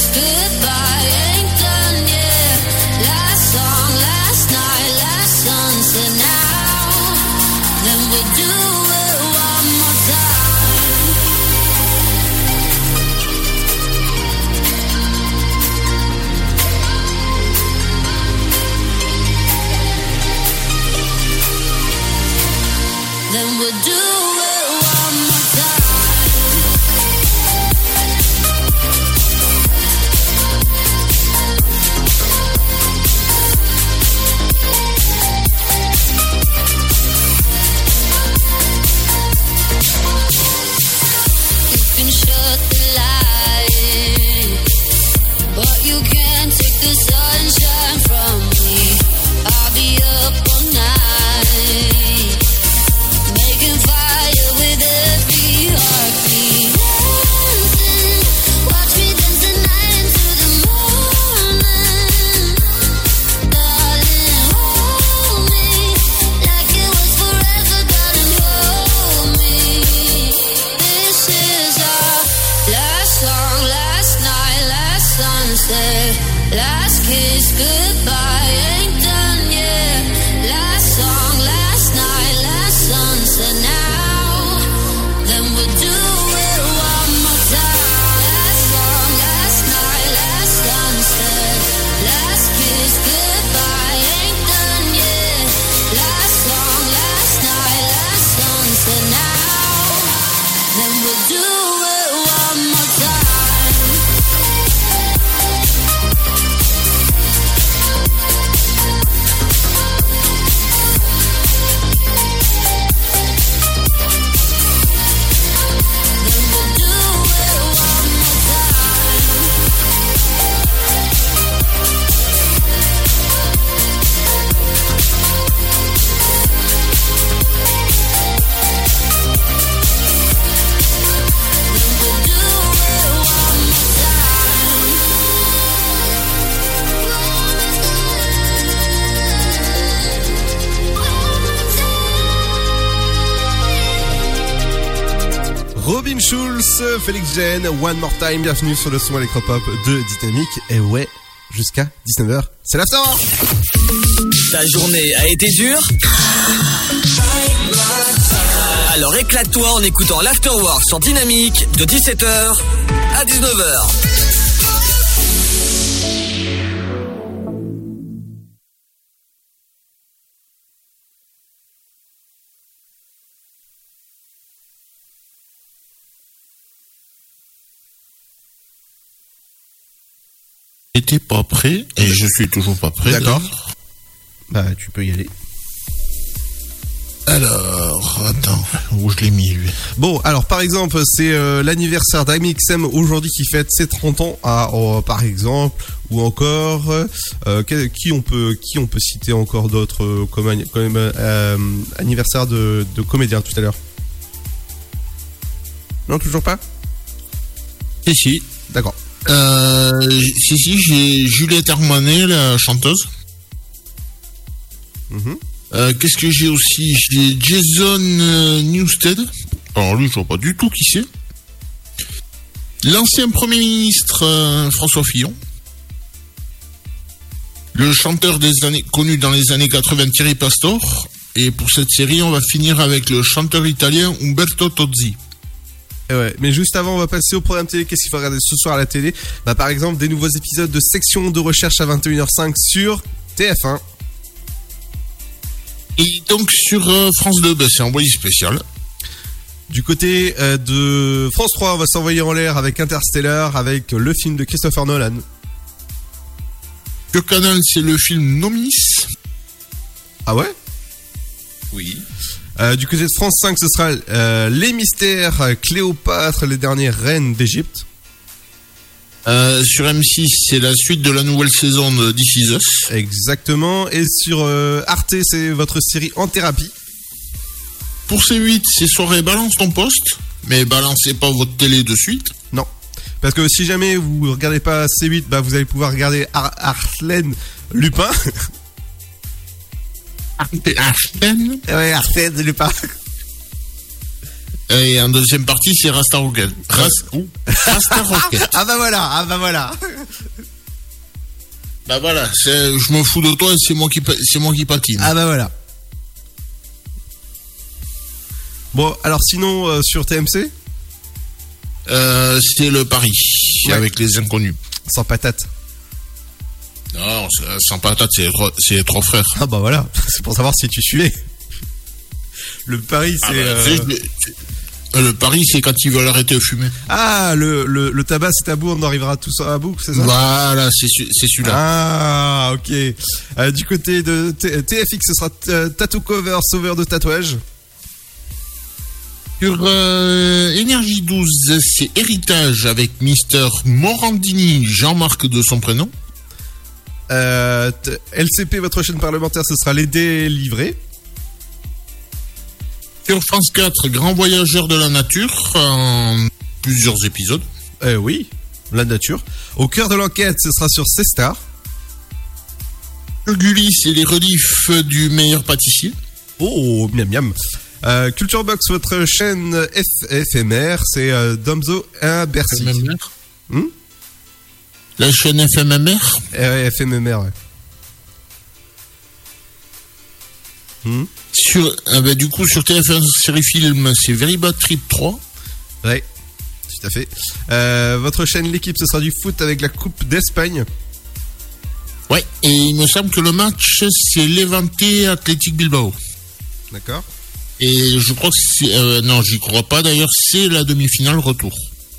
goodbye ain't done yet. Last song, last night, last sunset now. Then we do it one more time. Then we do it one more time. You can shut the light, but you can't take the sunshine from me. I'll be up all night, making fire with every heartbeat. Dancing, watch me dance the night into the morning. Darling, hold me like it was forever. Darling, hold me. This is our last song, last night, last sunset, last kiss, goodbye ain't done yet. Last song, last night, last sunset now. Then we'll do it one more time. Last song, last night, last sunset, last kiss, goodbye ain't done yet. Last song, last night, last sunset now. Then we'll do it one more time. Robin Schulz, Félix Jean, One More Time, bienvenue sur le son électropop de Dynamique. Et ouais, jusqu'à dix-neuf heures, c'est l'after. Ta journée a été dure? Alors éclate-toi en écoutant l'Afterwork sur Dynamique de dix-sept heures à dix-neuf heures. J'étais pas prêt et je suis toujours pas prêt. D'accord. Bah, tu peux y aller. Alors, attends, où je l'ai mis lui? Bon, alors par exemple, c'est euh, l'anniversaire d'Ami X M aujourd'hui qui fête ses trente ans, à, euh, par exemple, ou encore euh, qui on peut qui on peut citer encore d'autres euh, comme, comme euh, anniversaire de, de comédiens tout à l'heure. Non, toujours pas. Si si. D'accord. Euh, si si, j'ai Juliette Armanet, la chanteuse. Mm-hmm. Euh, qu'est-ce que j'ai aussi? J'ai Jason euh, Newsted. Alors lui, je vois pas du tout qui c'est. L'ancien Premier ministre euh, François Fillon. Le chanteur des années, connu dans les années quatre-vingts, Thierry Pastor. Et pour cette série, on va finir avec le chanteur italien Umberto Tozzi. Et ouais, mais juste avant, on va passer au programme télé. Qu'est-ce qu'il faut regarder ce soir à la télé? Bah, par exemple, des nouveaux épisodes de Section de recherche à vingt et une heures cinq sur T F un. Et donc sur euh, France deux, bah, c'est envoyé spécial. Du côté euh, de France trois, on va s'envoyer en l'air avec Interstellar, avec le film de Christopher Nolan. Sur Canal, c'est le film Nomis. Ah ouais? Oui. Euh, du côté de France cinq, ce sera euh, Les Mystères, Cléopâtre, les dernières reines d'Égypte. Euh, sur M six, c'est la suite de la nouvelle saison de This Is Us. Exactement. Et sur euh, Arte, c'est votre série En Thérapie. Pour C huit, c'est soirée Balance ton poste, mais balancez pas votre télé de suite. Non. Parce que si jamais vous regardez pas C huit, bah vous allez pouvoir regarder Ar- Arsène Lupin. Arsène Ouais, Arsène Lupin. Et en deuxième partie, c'est Rasta Rocket. Rasta, ouh, Rasta Rocket. Ah bah voilà, ah bah voilà. Bah voilà, c'est, je me fous de toi, c'est moi qui, c'est moi qui patine. Ah bah voilà. Bon, alors sinon, euh, sur T M C euh, c'est le Paris, ouais. Avec les inconnus. Sans patate. Non, sans patate, c'est les trois, c'est les trois frères. Ah bah voilà, c'est pour savoir si tu suivais. Le Paris, c'est... Ah bah, euh... c'est le Paris, c'est quand ils veulent arrêter de fumer. Ah, le, le, le tabac, c'est tabou, on arrivera tous à bout, c'est ça? Voilà, c'est, c'est celui-là. Ah, ok. Euh, du côté de T- TFX, ce sera t- Tattoo Cover, sauveur de tatouage. Sur euh, Énergie douze, c'est Héritage avec Mister Morandini, Jean-Marc de son prénom. Euh, t- L C P, votre chaîne parlementaire, ce sera Les Délivrés. Sur France quatre, Grand Voyageur de la Nature, en plusieurs épisodes. Euh, oui, la nature. Au cœur de l'enquête, ce sera sur C-Star. Sur Gulli, c'est les reliefs du meilleur pâtissier. Oh, miam miam. Euh, Culture Box, votre chaîne F- éphémère, c'est euh, Domzo à Bercy. F M M R hmm La chaîne F M M R euh, F M M R, ouais. Hmm Sur, ah bah, du coup, sur T F un Série Film, c'est Very Bad Trip trois. Ouais, tout à fait. Euh, votre chaîne L'équipe, ce sera du foot avec la Coupe d'Espagne. Ouais, et il me semble que le match, c'est Levante Athletic Bilbao. D'accord. Et je crois que c'est... Euh, non, j'y crois pas d'ailleurs, c'est la demi-finale retour.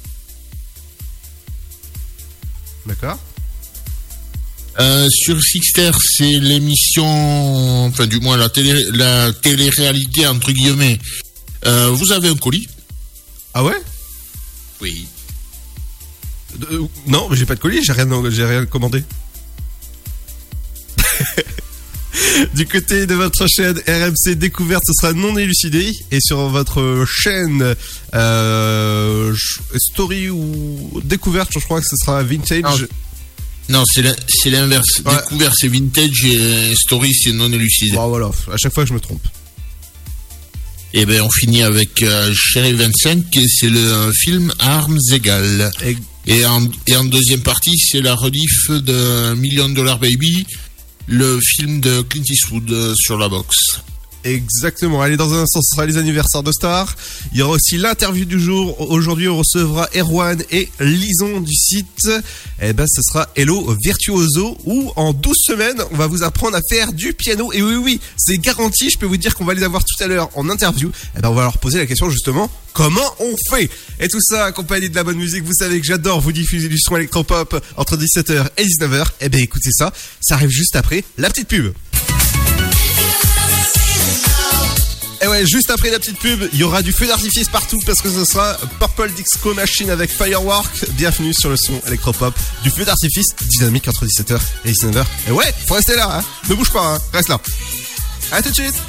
D'accord. Euh, sur Sixter, c'est l'émission, enfin du moins la télé, la télé-réalité entre guillemets. Euh, vous avez un colis? Ah ouais? Oui. Euh, non, mais j'ai pas de colis, j'ai rien, j'ai rien commandé. Du côté de votre chaîne R M C Découverte, ce sera Non Élucidé. Et sur votre chaîne euh, Story ou Découverte, je crois que ce sera Vintage. Non, non c'est, la, c'est l'inverse. Ouais. Découverte, c'est Vintage et Story, c'est Non Élucidé. Bon, voilà, à chaque fois je me trompe. Et ben on finit avec euh, Chérie vingt-cinq, et c'est le euh, film Armes égales. Et... Et, en, et en deuxième partie, c'est la rediff de Million Dollar Baby, le film de Clint Eastwood euh, sur la boxe. Exactement. Allez, dans un instant, ce sera les anniversaires de stars. Il y aura aussi l'interview du jour. Aujourd'hui, on recevra Erwan et Lison du site. Eh ben, ce sera Hello Virtuoso, où en douze semaines, on va vous apprendre à faire du piano. Et oui, oui, c'est garanti. Je peux vous dire qu'on va les avoir tout à l'heure en interview. Eh ben, on va leur poser la question, justement, comment on fait? Et tout ça, accompagné de la bonne musique. Vous savez que j'adore vous diffuser du son électropop entre dix-sept heures et dix-neuf heures. Eh ben, écoutez ça. Ça arrive juste après la petite pub. Et ouais, juste après la petite pub, il y aura du feu d'artifice partout parce que ce sera Purple Disco Machine avec Firework. Bienvenue sur le son électropop du feu d'artifice dynamique entre dix-sept heures et dix-neuf heures. Et ouais, faut rester là, hein. Ne bouge pas, hein. Reste là. À tout de suite.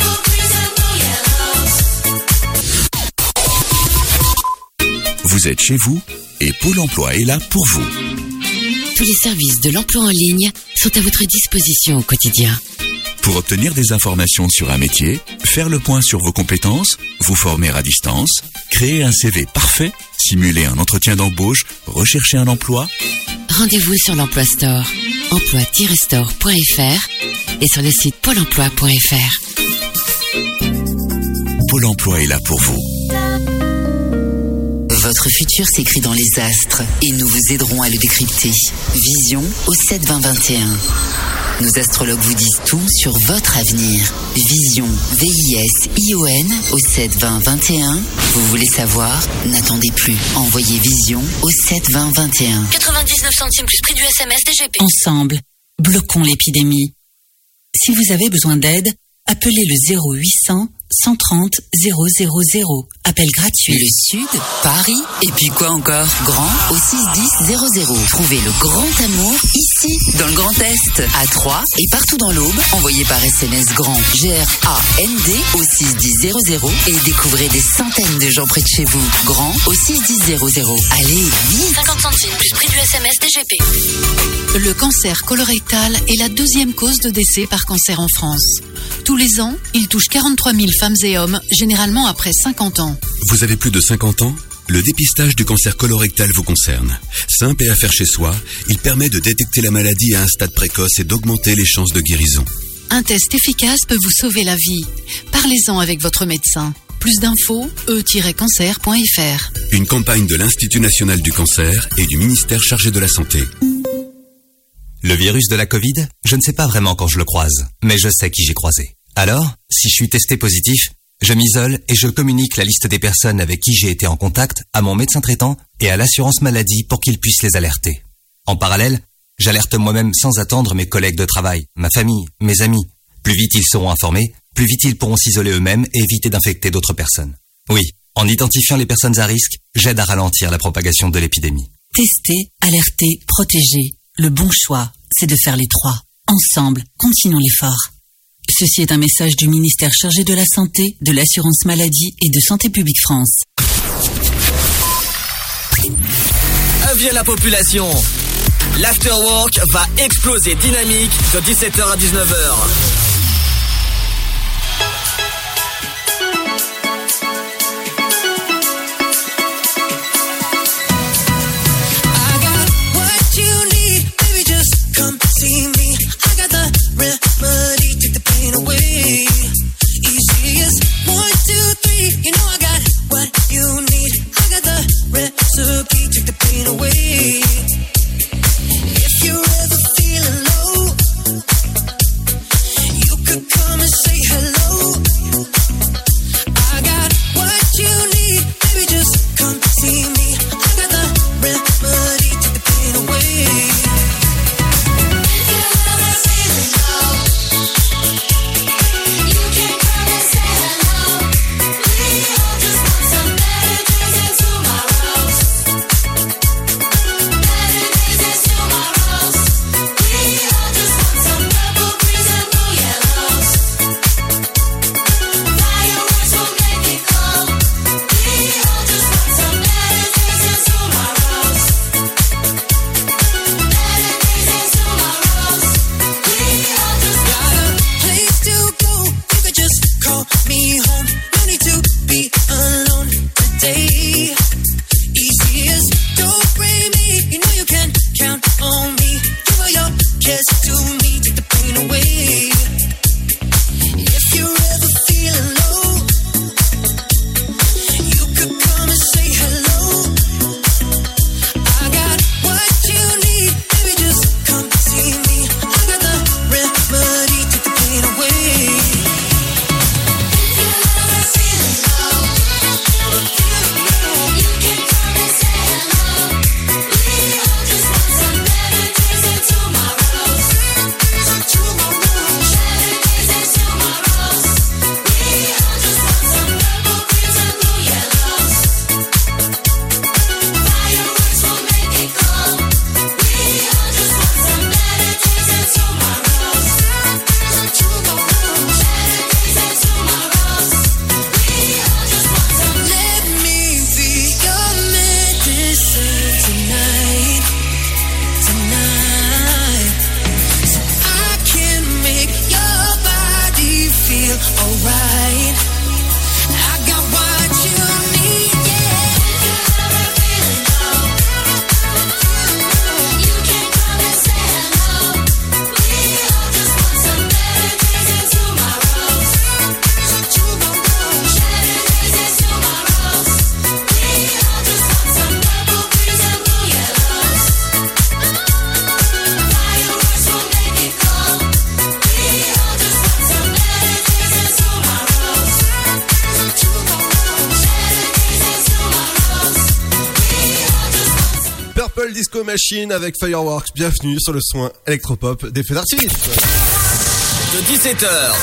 Vous êtes chez vous et Pôle emploi est là pour vous. Tous les services de l'emploi en ligne sont à votre disposition au quotidien. Pour obtenir des informations sur un métier, faire le point sur vos compétences, vous former à distance, créer un C V parfait, simuler un entretien d'embauche, rechercher un emploi. Rendez-vous sur l'Emploi Store, emploi tiret store point f r et sur le site pôle emploi point f r. Pôle emploi est là pour vous. Votre futur s'écrit dans les astres et nous vous aiderons à le décrypter. Vision au sept vingt vingt et un. Nos astrologues vous disent tout sur votre avenir. Vision, V I S I O N au sept vingt vingt et un. Vous voulez savoir? N'attendez plus. Envoyez Vision au sept vingt vingt et un. quatre-vingt-dix-neuf centimes plus prix du S M S D G P. Ensemble, bloquons l'épidémie. Si vous avez besoin d'aide, appelez le zéro huit cents cent trente zéro zéro zéro. Appel gratuit. Le Sud, Paris, et puis quoi encore? Grand au six dix zéro zéro. Trouvez le grand amour ici. aussi dans le Grand Est, à Troyes et partout dans l'Aube. Envoyez par S M S GRAND, G R A N D au six dix zéro zéro et découvrez des centaines de gens près de chez vous. GRAND au six dix zéro zéro. Allez, vite! cinquante centimes plus prix du S M S D G P. Le cancer colorectal est la deuxième cause de décès par cancer en France. Tous les ans, il touche quarante-trois mille femmes et hommes, généralement après cinquante ans. Vous avez plus de cinquante ans ? Le dépistage du cancer colorectal vous concerne. Simple et à faire chez soi, il permet de détecter la maladie à un stade précoce et d'augmenter les chances de guérison. Un test efficace peut vous sauver la vie. Parlez-en avec votre médecin. Plus d'infos, e tiret cancer point f r. Une campagne de l'Institut national du cancer et du ministère chargé de la santé. Le virus de la Covid, je ne sais pas vraiment quand je le croise, mais je sais qui j'ai croisé. Alors, si je suis testé positif, je m'isole et je communique la liste des personnes avec qui j'ai été en contact à mon médecin traitant et à l'assurance maladie pour qu'ils puissent les alerter. En parallèle, j'alerte moi-même sans attendre mes collègues de travail, ma famille, mes amis. Plus vite ils seront informés, plus vite ils pourront s'isoler eux-mêmes et éviter d'infecter d'autres personnes. Oui, en identifiant les personnes à risque, j'aide à ralentir la propagation de l'épidémie. Tester, alerter, protéger. Le bon choix, c'est de faire les trois. Ensemble, continuons l'effort. Ceci est un message du ministère chargé de la Santé, de l'Assurance Maladie et de Santé Publique France. Avis à la population. L'afterwork va exploser dynamique de dix-sept heures à dix-neuf heures. Disco Machine avec Fireworks. Bienvenue sur le soin électropop des feux d'artifice. De dix-sept heures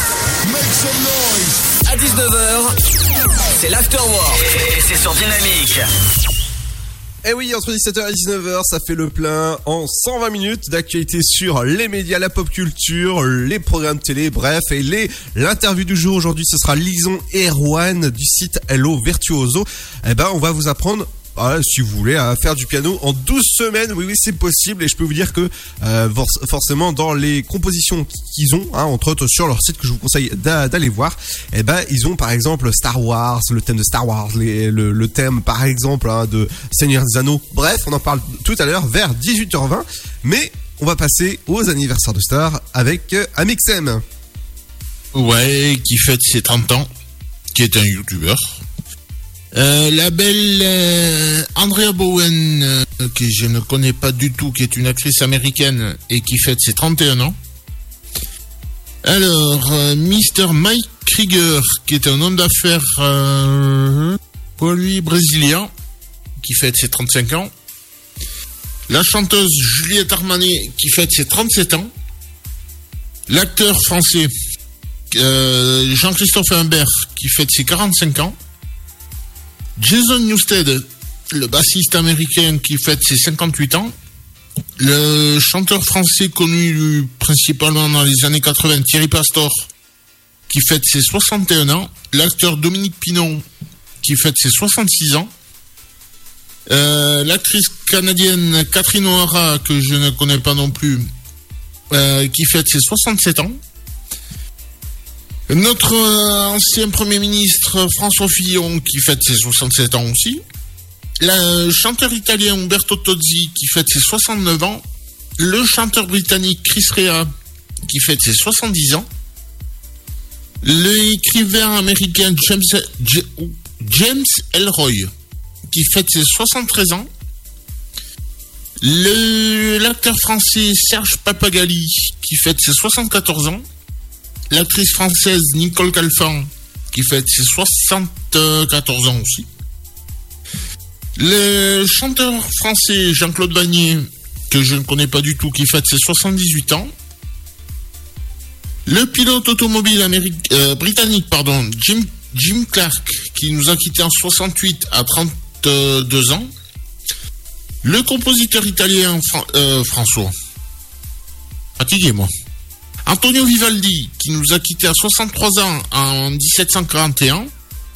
à dix-neuf heures, c'est l'Afterwork et c'est sur Dynamique. Eh oui, entre dix-sept heures et dix-neuf heures, ça fait le plein en cent vingt minutes d'actualité sur les médias, la pop culture, les programmes télé, bref, et les l'interview du jour aujourd'hui, ce sera Lison Erwan du site Hello Virtuoso. Eh ben, on va vous apprendre, ah, si vous voulez, à faire du piano en douze semaines. Oui, oui, c'est possible. Et je peux vous dire que euh, forcément, dans les compositions qu'ils ont, hein, entre autres sur leur site que je vous conseille d'a- d'aller voir, eh ben, ils ont par exemple Star Wars, le thème de Star Wars, les, le, le thème par exemple hein, de Seigneur des Anneaux. Bref, on en parle tout à l'heure vers dix-huit heures vingt. Mais on va passer aux anniversaires de stars avec euh, Amixem. Ouais, qui fête ses trente ans, qui est un youtubeur. Euh, la belle euh, Andrea Bowen, euh, que je ne connais pas du tout, qui est une actrice américaine et qui fête ses trente et un ans. Alors, euh, mister Mike Krieger, qui est un homme d'affaires euh, pour lui brésilien, qui fête ses trente-cinq ans. La chanteuse Juliette Armanet, qui fête ses trente-sept ans. L'acteur français euh, Jean-Christophe Imbert, qui fête ses quarante-cinq ans. Jason Newsted, le bassiste américain qui fête ses cinquante-huit ans. Le chanteur français connu principalement dans les années quatre-vingts, Thierry Pastor, qui fête ses soixante et un ans. L'acteur Dominique Pinon, qui fête ses soixante-six ans. Euh, l'actrice canadienne Catherine O'Hara, que je ne connais pas non plus, euh, qui fête ses soixante-sept ans. Notre euh, ancien Premier ministre François Fillon qui fête ses soixante-sept ans aussi. Le chanteur italien Umberto Tozzi qui fête ses soixante-neuf ans. Le chanteur britannique Chris Rea qui fête ses soixante-dix ans. L'écrivain américain James, James Ellroy qui fête ses soixante-treize ans. Le, l'acteur français Serge Papagali qui fête ses soixante-quatorze ans. L'actrice française Nicole Calfan, qui fête ses soixante-quatorze ans aussi. Le chanteur français Jean-Claude Vanier, que je ne connais pas du tout, qui fête ses soixante-dix-huit ans. Le pilote automobile améric- euh, britannique, pardon, Jim, Jim Clark, qui nous a quittés en soixante-huit à trente-deux ans. Le compositeur italien Fra- euh, François. Fatigué, moi. Antonio Vivaldi, qui nous a quittés à soixante-trois ans en dix-sept cent quarante et un.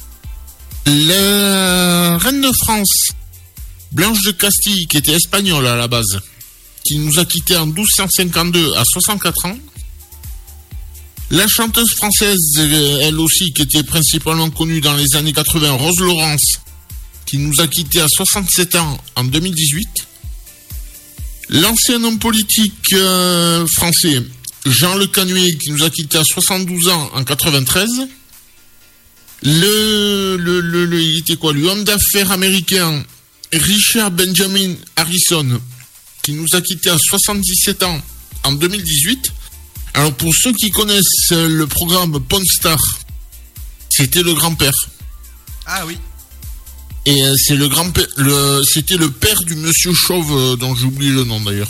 La reine de France, Blanche de Castille, qui était espagnole à la base, qui nous a quittés en douze cent cinquante-deux à soixante-quatre ans. La chanteuse française, elle aussi, qui était principalement connue dans les années quatre-vingts, Rose Laurence, qui nous a quittés à soixante-sept ans en deux mille dix-huit. L'ancien homme politique euh, français, Jean Le Canuet, qui nous a quittés à soixante-douze ans en quatre-vingt-treize. Le, le, le, le, il était quoi, l'homme d'affaires américain Richard Benjamin Harrison, qui nous a quittés à soixante-dix-sept ans en deux mille dix-huit. Alors, pour ceux qui connaissent le programme Pawn Star, c'était le grand-père. Ah oui. Et euh, c'est le grand-père, le, c'était le père du monsieur chauve, euh, dont j'oublie le nom d'ailleurs.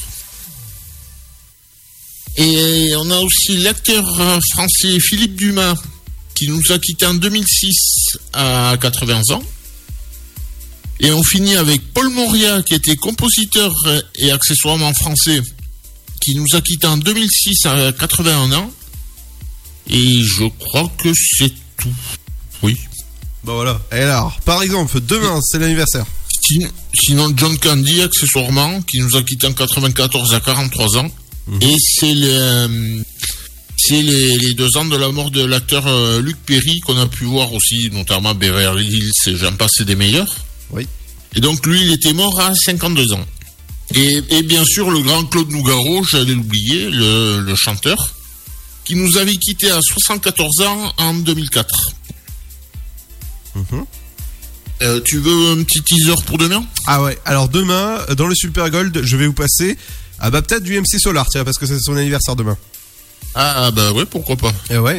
Et on a aussi l'acteur français Philippe Dumas, qui nous a quittés en deux mille six à quatre-vingts ans. Et on finit avec Paul Moria, qui était compositeur et accessoirement français, qui nous a quittés en deux mille six à quatre-vingt-un ans. Et je crois que c'est tout. Oui. Bah voilà. Et alors, par exemple, demain, c'est l'anniversaire. Sinon, John Candy, accessoirement, qui nous a quittés en quatre-vingt-quatorze à quarante-trois ans. Mmh. Et c'est, le, c'est les, les deux ans de la mort de l'acteur euh, Luc Perry, qu'on a pu voir aussi, notamment Beverly Hills et j'en passe des meilleurs. Oui. Et donc, lui, il était mort à cinquante-deux ans. Et, et bien sûr, le grand Claude Nougaro, j'allais l'oublier, le, le chanteur, qui nous avait quittés à soixante-quatorze ans en deux mille quatre. Mmh. Euh, tu veux un petit teaser pour demain ? Ah ouais, alors demain, dans le Super Gold, je vais vous passer, ah bah peut-être du M C Solar, tiens, parce que c'est son anniversaire demain. Ah bah ouais, pourquoi pas. Et ouais.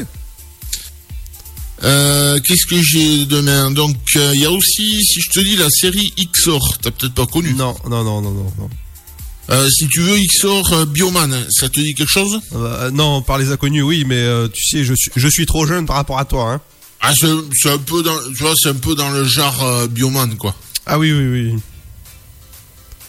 Euh, qu'est-ce que j'ai demain ? Donc, il euh, y a aussi, si je te dis, la série X O R, t'as peut-être pas connu. Non, non, non, non, non. non. Euh, si tu veux, X O R euh, Bioman, ça te dit quelque chose ? euh, Non, par les inconnus, oui, mais euh, tu sais, je suis, je suis trop jeune par rapport à toi, hein. Ah, c'est, c'est un peu dans, tu vois, c'est un peu dans le genre euh, Bioman, quoi. Ah oui, oui, oui.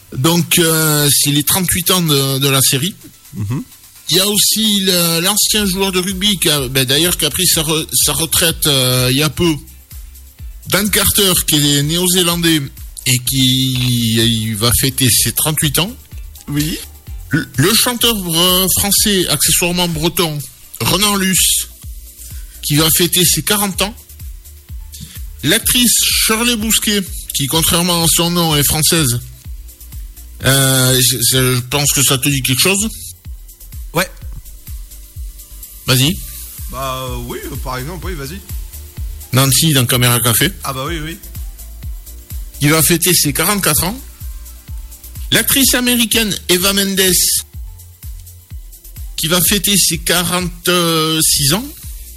Donc, euh, c'est les trente-huit ans de, de la série. Mm-hmm. Il y a aussi le, l'ancien joueur de rugby, qui a, ben d'ailleurs, qui a pris sa, re, sa retraite euh, il y a peu. Dan Carter, qui est néo-zélandais et qui il va fêter ses trente-huit ans. Oui. Le, le chanteur euh, français, accessoirement breton, Renan Luce, qui va fêter ses quarante ans. L'actrice Shirley Bousquet, qui, contrairement à son nom, est française. Euh, je, je pense que ça te dit quelque chose. Ouais. Vas-y. Bah euh, oui, euh, par exemple, oui, vas-y. Nancy dans Caméra Café. Ah bah oui, oui. Qui va fêter ses quarante-quatre ans. L'actrice américaine Eva Mendes, qui va fêter ses quarante-six ans.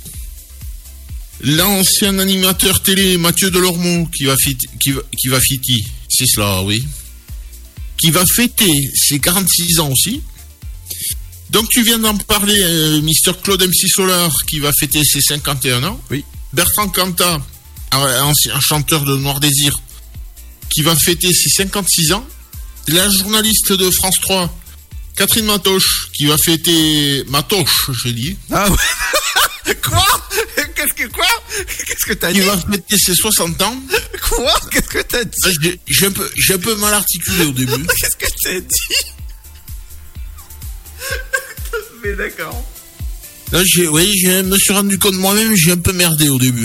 L'ancien animateur télé Mathieu Delormeau, qui va fêter, qui va, qui va fêter, c'est cela, oui. Qui va fêter ses quarante-six ans aussi. Donc tu viens d'en parler, euh, Mister Claude M C Solar, qui va fêter ses cinquante et un ans. Oui. Bertrand Cantat, un ancien chanteur de Noir Désir, qui va fêter ses cinquante-six ans. La journaliste de France trois, Catherine Matoche, qui va fêter... Matoche, j'ai dit. Ah ouais. Quoi? Qu'est-ce que quoi? Qu'est-ce que t'as dit? Qui va fêter ses soixante ans. Quoi? Qu'est-ce que t'as dit? J'ai, j'ai, un, peu, j'ai un peu mal articulé au début. Qu'est-ce que t'as dit? Mais d'accord. Là, j'ai, oui, je me suis rendu compte moi-même, j'ai un peu merdé au début.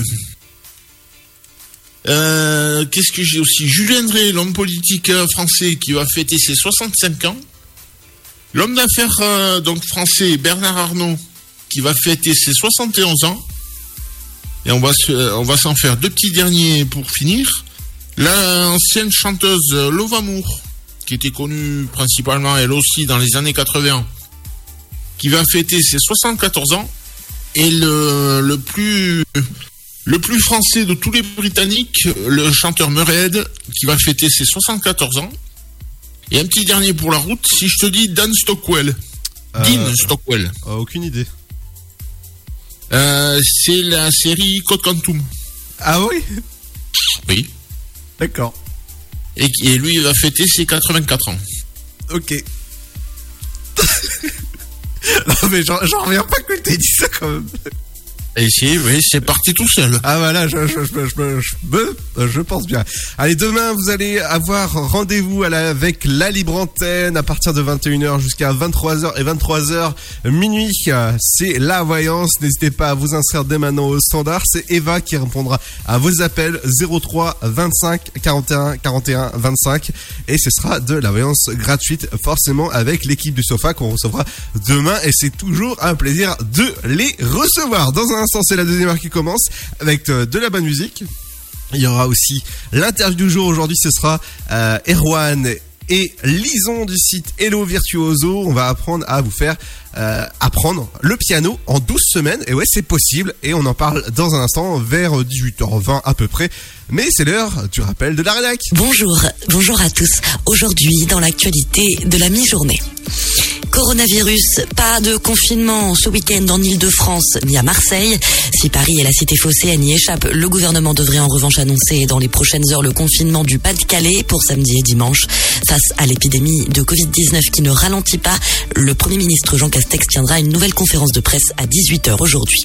Euh, qu'est-ce que j'ai aussi? Julien Drey, l'homme politique français, qui va fêter ses soixante-cinq ans. L'homme d'affaires euh, donc français Bernard Arnault, qui va fêter ses soixante et onze ans. Et on va, se, on va s'en faire deux petits derniers pour finir. L'ancienne chanteuse Lova Moore, qui était connue principalement elle aussi dans les années quatre-vingts, qui va fêter ses soixante-quatorze ans. Et le, le plus... Le plus français de tous les Britanniques, le chanteur Murray, qui va fêter ses soixante-quatorze ans. Et un petit dernier pour la route, si je te dis Dan Stockwell. Euh, Dean Stockwell. Euh, aucune idée. Euh, c'est la série Code Quantum. Ah oui? Oui. D'accord. Et, et lui, il va fêter ses quatre-vingt-quatre ans. Ok. Non mais j'en, j'en reviens pas que t'aies dit ça quand même. Et si, oui, c'est parti tout seul. Ah voilà, je, je, je, je, je, je pense bien. Allez, demain, vous allez avoir rendez-vous à la, avec la Libre Antenne à partir de vingt et une heures jusqu'à vingt-trois heures et vingt-trois heures minuit. C'est la voyance. N'hésitez pas à vous inscrire dès maintenant au standard. C'est Eva qui répondra à vos appels zéro trois vingt-cinq quarante et un quarante et un vingt-cinq. Et ce sera de la voyance gratuite, forcément, avec l'équipe du Sofa qu'on recevra demain. Et c'est toujours un plaisir de les recevoir. Dans un instant, c'est la deuxième heure qui commence avec de la bonne musique. Il y aura aussi l'interview du jour. Aujourd'hui, ce sera euh, Erwan et Lison du site Hello Virtuoso. On va apprendre à vous faire euh, apprendre le piano en douze semaines. Et ouais, c'est possible. Et on en parle dans un instant vers dix-huit heures vingt à peu près. Mais c'est l'heure du rappel de la rédac. Bonjour, bonjour à tous. Aujourd'hui, dans l'actualité de la mi-journée. Coronavirus, pas de confinement ce week-end en Ile-de-France ni à Marseille. Si Paris et la cité phocéenne y échappent, le gouvernement devrait en revanche annoncer dans les prochaines heures le confinement du Pas-de-Calais pour samedi et dimanche. Face à l'épidémie de covid dix-neuf qui ne ralentit pas, le Premier ministre Jean Castex tiendra une nouvelle conférence de presse à dix-huit heures aujourd'hui.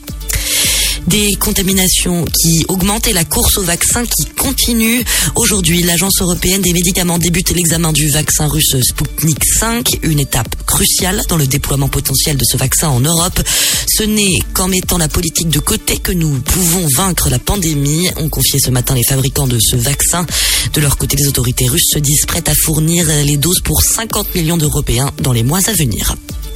Des contaminations qui augmentent et la course au vaccin qui continue. Aujourd'hui, l'Agence européenne des médicaments débute l'examen du vaccin russe Sputnik cinq, une étape cruciale dans le déploiement potentiel de ce vaccin en Europe. Ce n'est qu'en mettant la politique de côté que nous pouvons vaincre la pandémie, ont confié ce matin les fabricants de ce vaccin. De leur côté, les autorités russes se disent prêtes à fournir les doses pour cinquante millions d'Européens dans les mois à venir.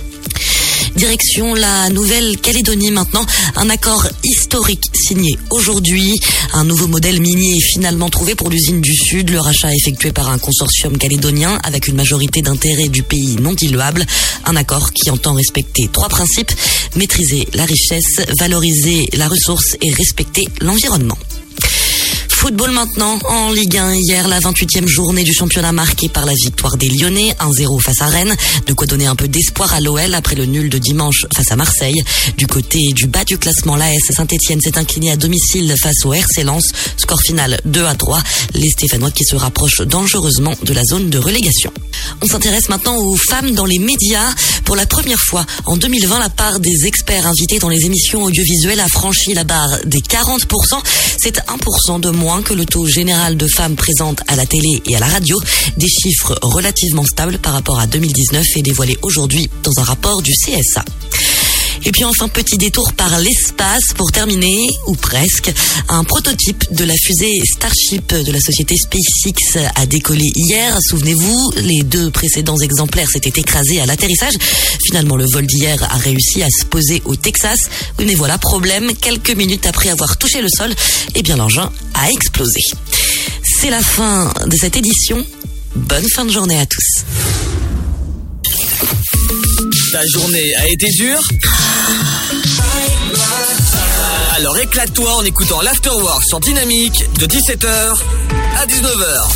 Direction la Nouvelle-Calédonie maintenant, un accord historique signé aujourd'hui. Un nouveau modèle minier est finalement trouvé pour l'usine du Sud. Le rachat effectué par un consortium calédonien avec une majorité d'intérêts du pays non diluable. Un accord qui entend respecter trois principes: maîtriser la richesse, valoriser la ressource et respecter l'environnement. Football maintenant, en Ligue un. Hier, la vingt-huitième journée du championnat marquée par la victoire des Lyonnais, un zéro face à Rennes. De quoi donner un peu d'espoir à l'O L après le nul de dimanche face à Marseille. Du côté du bas du classement, l'A S Saint-Etienne s'est incliné à domicile face au R C Lens. Score final deux à trois. Les Stéphanois qui se rapprochent dangereusement de la zone de relégation. On s'intéresse maintenant aux femmes dans les médias. Pour la première fois, en deux mille vingt, la part des experts invités dans les émissions audiovisuelles a franchi la barre des quarante pour cent. C'est un pour cent de moins que le taux général de femmes présentes à la télé et à la radio. Des chiffres relativement stables par rapport à deux mille dix-neuf et dévoilés aujourd'hui dans un rapport du C S A. Et puis enfin, petit détour par l'espace pour terminer, ou presque. Un prototype de la fusée Starship de la société SpaceX a décollé hier. Souvenez-vous, les deux précédents exemplaires s'étaient écrasés à l'atterrissage. Finalement, le vol d'hier a réussi à se poser au Texas. Mais voilà, problème, quelques minutes après avoir touché le sol, eh bien l'engin a explosé. C'est la fin de cette édition. Bonne fin de journée à tous. Ta journée a été dure? Alors éclate-toi en écoutant l'Afterwork sur Dynamique de dix-sept heures à dix-neuf heures.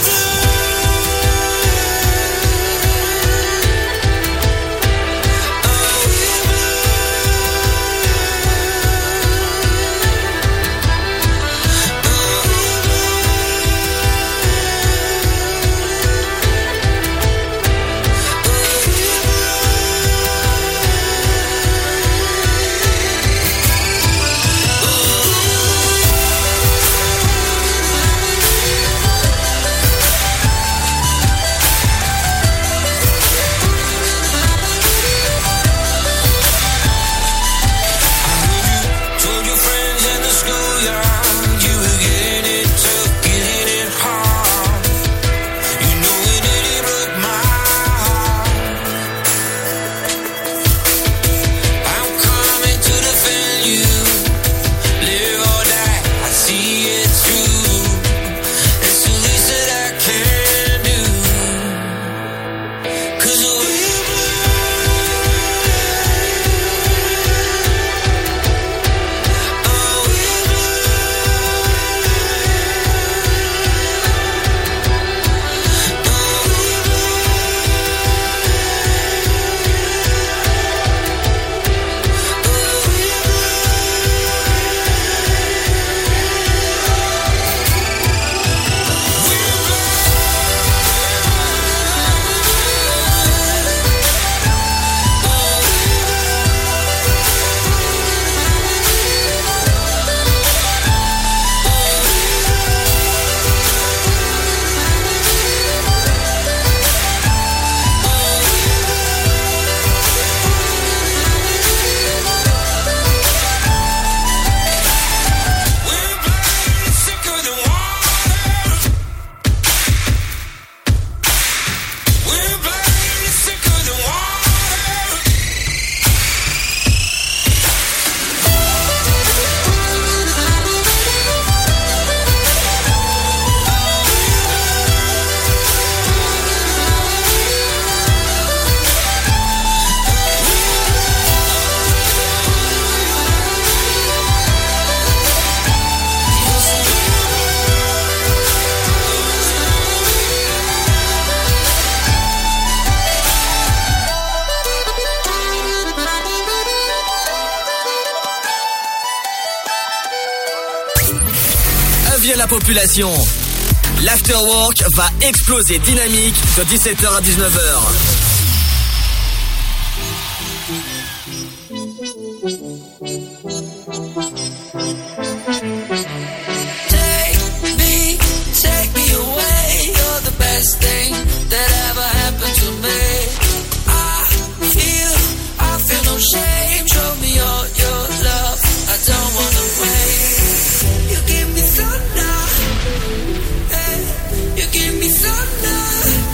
I la population. L'afterwork va exploser dynamique de dix-sept heures à dix-neuf heures. Take me, take me away. You're the best thing that ever happened to me. I feel, I feel no shame. Show me all your love. I don't wanna wait. You give me thunder. Hey, you give me thunder.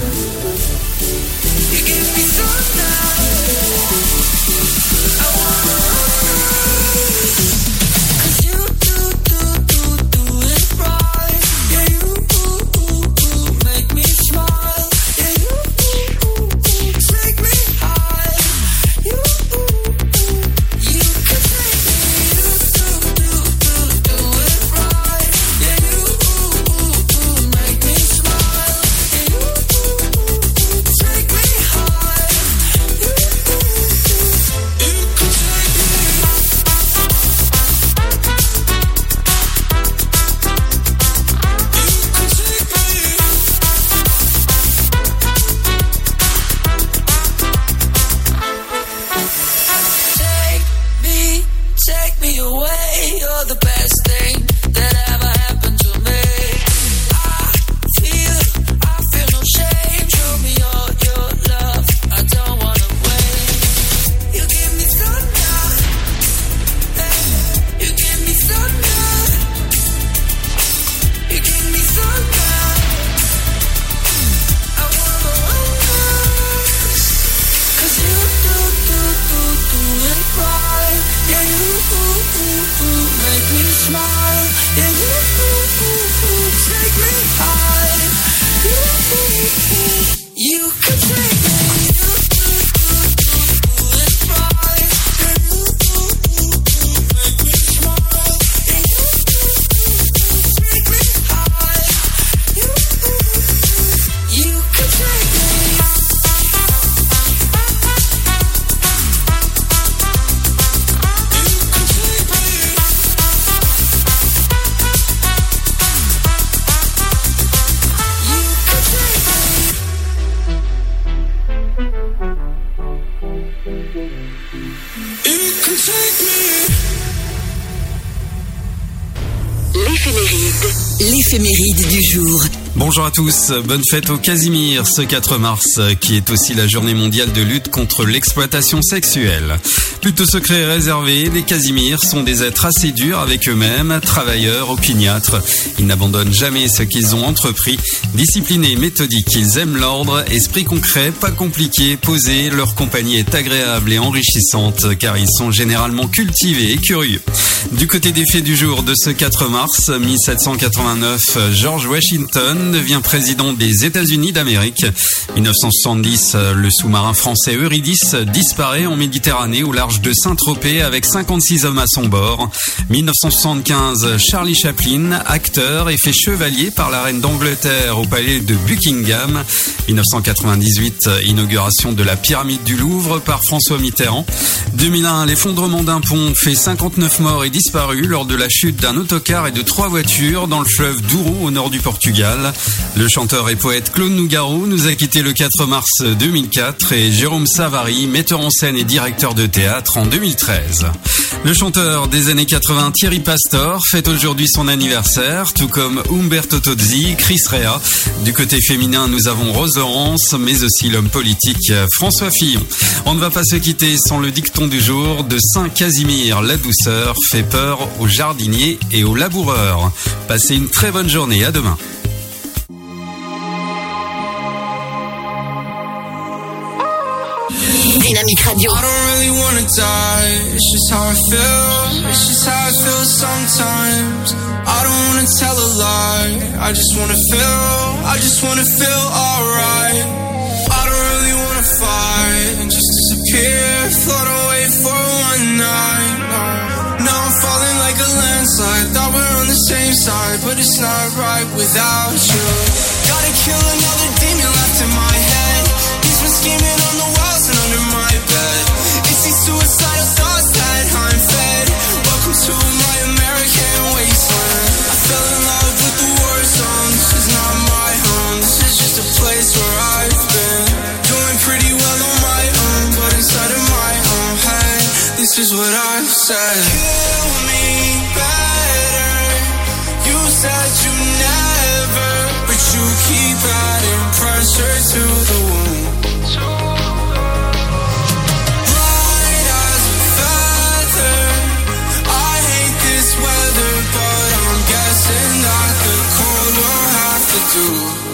You give me thunder. I wanna run. 'Cause you do, do, do, do it right. Yeah, you ooh, ooh, ooh, make me smile. Yeah, you ooh, ooh, ooh, take me high. You ooh, ooh, you can take me. You do, do, do, do it right. Yeah, you ooh, ooh, ooh, make me smile. Yeah, you ooh, ooh, ooh, take me high. You ooh, ooh, you can take me. Take me, take me away. You're the best thing that ever happened to me. I feel, I feel no shame. Show me all your love. I don't wanna wait. You give me thunder. Hey, you give me thunder. You give me thunder. I wanna run. 'Cause you do, do, do, do it right. Yeah, you ooh, ooh, ooh, make me smile. Yeah, you ooh, ooh, ooh, take me high. You ooh, ooh, you can take me. You do, do, do, do it right. Yeah, you ooh, ooh, ooh, make me smile. Yeah, you ooh, ooh, ooh, take me high. You ooh, ooh, you can take me. L'éphéméride. L'éphéméride du jour. Bonjour à tous, bonne fête au Casimir ce quatre mars, qui est aussi la journée mondiale de lutte contre l'exploitation sexuelle. Plutôt secret et réservé, les Casimirs sont des êtres assez durs avec eux-mêmes, travailleurs, opiniâtres. Ils n'abandonnent jamais ce qu'ils ont entrepris. Disciplinés, méthodiques, ils aiment l'ordre, esprit concret, pas compliqué, posé. Leur compagnie est agréable et enrichissante car ils sont généralement cultivés et curieux. Du côté des faits du jour de ce quatre mars, mille sept cent quatre-vingt-neuf, George Washington devient président des États-Unis d'Amérique. mille neuf cent soixante-dix, le sous-marin français Eurydice disparaît en Méditerranée au large de Saint-Tropez avec cinquante-six hommes à son bord. mille neuf cent soixante-quinze, Charlie Chaplin, acteur, est fait chevalier par la reine d'Angleterre au palais de Buckingham. mille neuf cent quatre-vingt-dix-huit, inauguration de la pyramide du Louvre par François Mitterrand. deux mille un, l'effondrement d'un pont fait cinquante-neuf morts et disparus lors de la chute d'un autocar et de trois voitures dans le fleuve Douro au nord du Portugal. Le chanteur et poète Claude Nougaro nous a quitté le quatre mars deux mille quatre et Jérôme Savary, metteur en scène et directeur de théâtre en deux mille treize. Le chanteur des années quatre-vingts Thierry Pastor fête aujourd'hui son anniversaire, tout comme Umberto Tozzi, Chris Rea. Du côté féminin, nous avons Rose Laurence, mais aussi l'homme politique François Fillon. On ne va pas se quitter sans le dicton du jour de Saint Casimir. La douceur fait peur aux jardiniers et aux laboureurs. Passez une très bonne journée, à demain. Dynamique Radio. I don't really wanna die, it's just how I feel, it's just how I feel sometimes. I don't wanna tell a lie, I just wanna feel, I just wanna feel alright. I don't really wanna fight and just disappear, float away for one night. Now I'm falling like a landslide, thought we're on the same side, but it's not right without you. Gotta kill another demon left in my head, he's been scheming on the walls and under my bed. It's these suicidal thoughts that I'm fed. Welcome to my American wasteland. I fell in love with the said, kill me better. You said you never, but you keep adding pressure to the wound. Light as a feather. I hate this weather, but I'm guessing that the cold will have to do.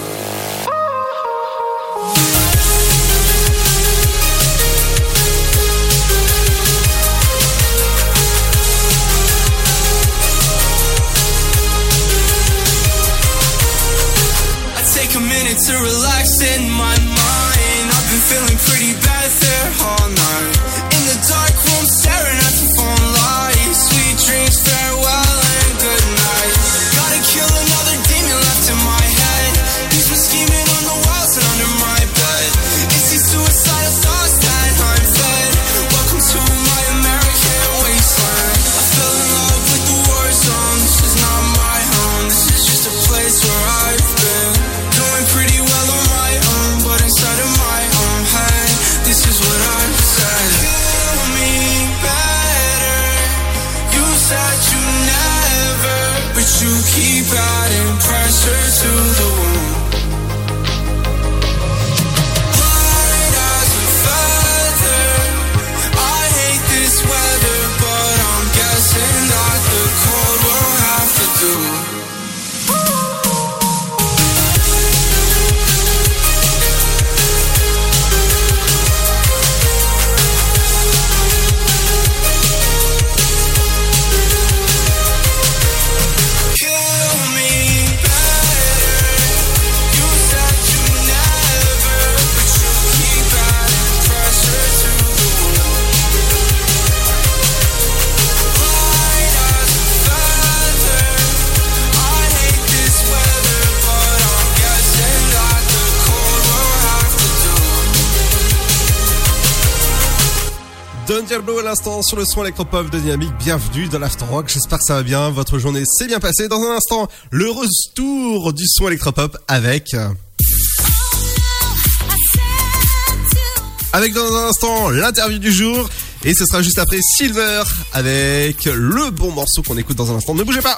Take a minute to relax in my mind. I've been feeling pretty bad there all night. In the dark room staring at the phone lights. Sweet dreams, farewell and good night. Gotta kill another demon left in my head. He's been scheming on the walls and under my bed. It's these suicidal thoughts that I'm fed. Welcome to my American wasteland. I fell in love with the war zone. This is not my home. This is just a place where I've been. Pretty well on my own, but inside of my own head, this is what I said. Kill me better. You said you never, but you keep adding pressure to the wound. Light as a feather. I hate this weather, but I'm guessing that the cold will have to do. Don Diablo à l'instant sur le son électropop de Dynamique. Bienvenue dans l'After Rock. J'espère que ça va bien. Votre journée s'est bien passée. Dans un instant, le retour du son électropop avec... Avec dans un instant l'interview du jour. Et ce sera juste après Silver avec le bon morceau qu'on écoute dans un instant. Ne bougez pas.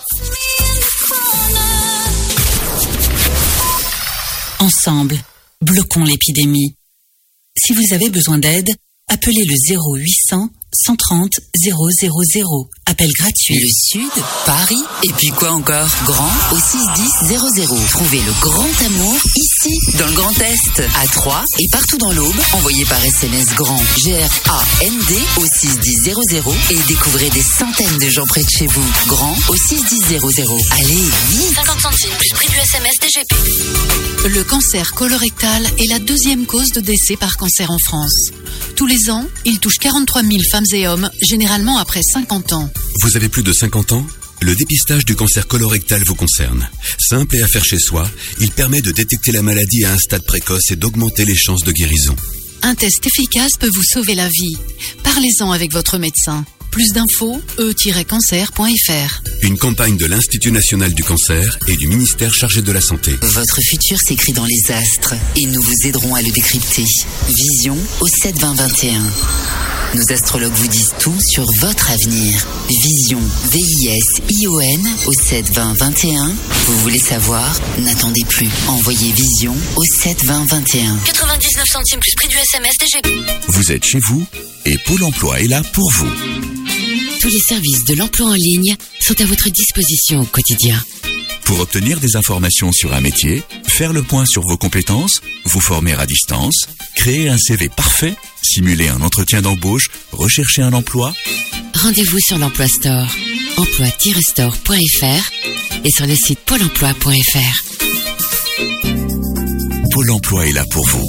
Ensemble, bloquons l'épidémie. Si vous avez besoin d'aide, appelez le zéro huit cents cent trente zéro zéro zéro. Appel gratuit. Le Sud, Paris, et puis quoi encore? Grand au six dix zéro zéro. Trouvez le grand amour ici, dans le Grand Est, à Troyes et partout dans l'Aube. Envoyez par S M S GRAND, G R A N D, au six dix zéro zéro et découvrez des centaines de gens près de chez vous. Grand au six dix zéro zéro. Allez, vite! cinquante centimes plus prix du S M S D G P. Le cancer colorectal est la deuxième cause de décès par cancer en France. Tous les ans, il touche quarante-trois mille femmes et hommes, généralement après cinquante ans. Vous avez plus de cinquante ans? Le dépistage du cancer colorectal vous concerne. Simple et à faire chez soi, il permet de détecter la maladie à un stade précoce et d'augmenter les chances de guérison. Un test efficace peut vous sauver la vie. Parlez-en avec votre médecin. Plus d'infos, e tiret cancer point f r. Une campagne de l'Institut national du cancer et du ministère chargé de la santé. Votre futur s'écrit dans les astres et nous vous aiderons à le décrypter. Vision au sept vingt vingt et un. Nos astrologues vous disent tout sur votre avenir. Vision, V I S I O N au sept vingt vingt et un. Vous voulez savoir? N'attendez plus. Envoyez Vision au sept vingt vingt et un. quatre-vingt-dix-neuf centimes plus prix du S M S D G P. Vous êtes chez vous et Pôle emploi est là pour vous. Tous les services de l'emploi en ligne sont à votre disposition au quotidien. Pour obtenir des informations sur un métier, faire le point sur vos compétences, vous former à distance, créer un C V parfait, simuler un entretien d'embauche, rechercher un emploi. Rendez-vous sur l'Emploi Store, emploi tiret store point f r et sur le site pôle emploi point f r. Pôle emploi est là pour vous.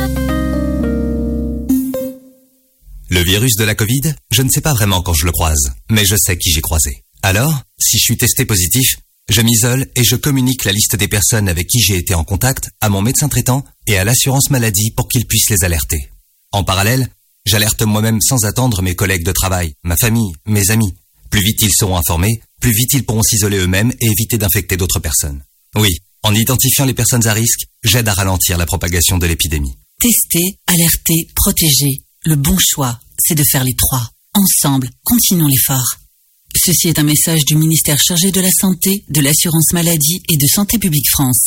Le virus de la Covid, je ne sais pas vraiment quand je le croise, mais je sais qui j'ai croisé. Alors, si je suis testé positif, je m'isole et je communique la liste des personnes avec qui j'ai été en contact à mon médecin traitant et à l'assurance maladie pour qu'ils puissent les alerter. En parallèle, j'alerte moi-même sans attendre mes collègues de travail, ma famille, mes amis. Plus vite ils seront informés, plus vite ils pourront s'isoler eux-mêmes et éviter d'infecter d'autres personnes. Oui, en identifiant les personnes à risque, j'aide à ralentir la propagation de l'épidémie. Tester, alerter, protéger. Le bon choix, c'est de faire les trois. Ensemble, continuons l'effort. Ceci est un message du ministère chargé de la Santé, de l'Assurance Maladie et de Santé Publique France.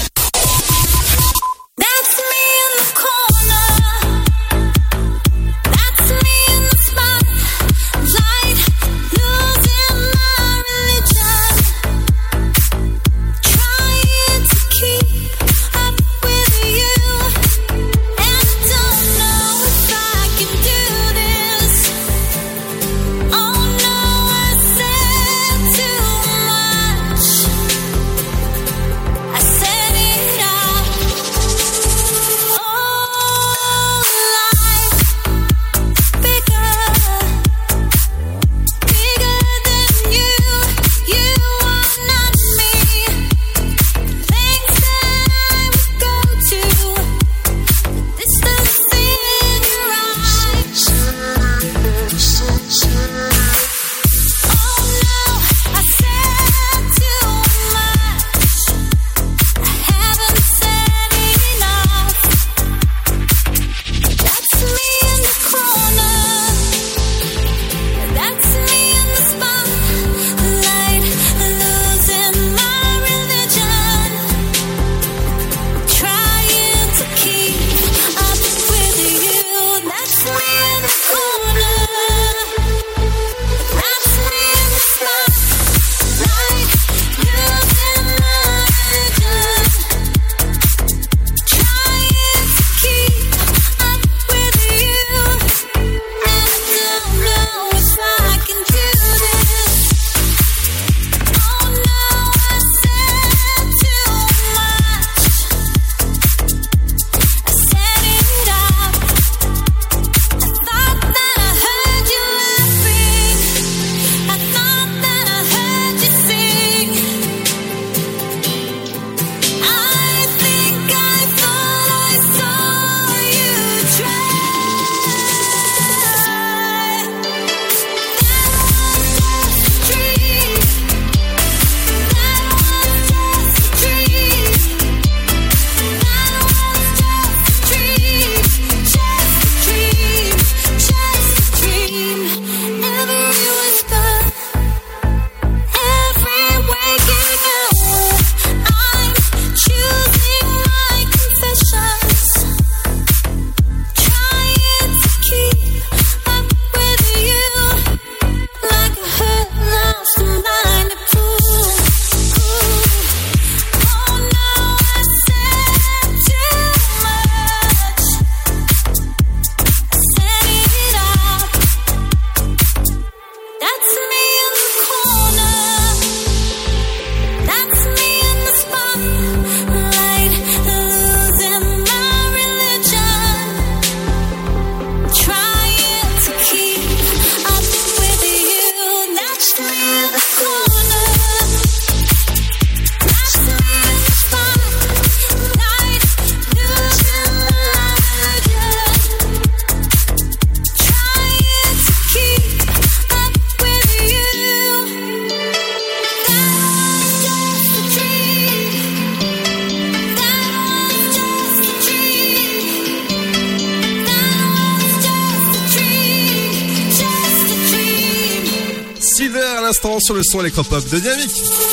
Sur le son électropop de Dynamique.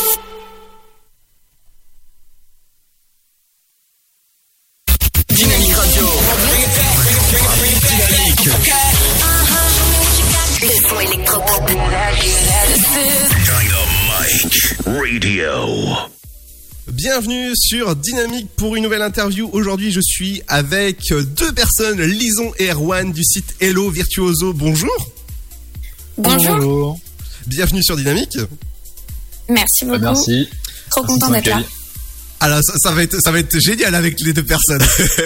Dynamique Radio. Dynamique. Le son électropop. Dynamique Radio. Bienvenue sur Dynamique pour une nouvelle interview. Aujourd'hui, je suis avec deux personnes, Lison et Erwan du site Hello Virtuoso. Bonjour. Bonjour. Bonjour. Bienvenue sur Dynamique. Merci beaucoup. Merci. Trop content d'être là. Alors ça, ça va être ça va être génial avec les deux personnes.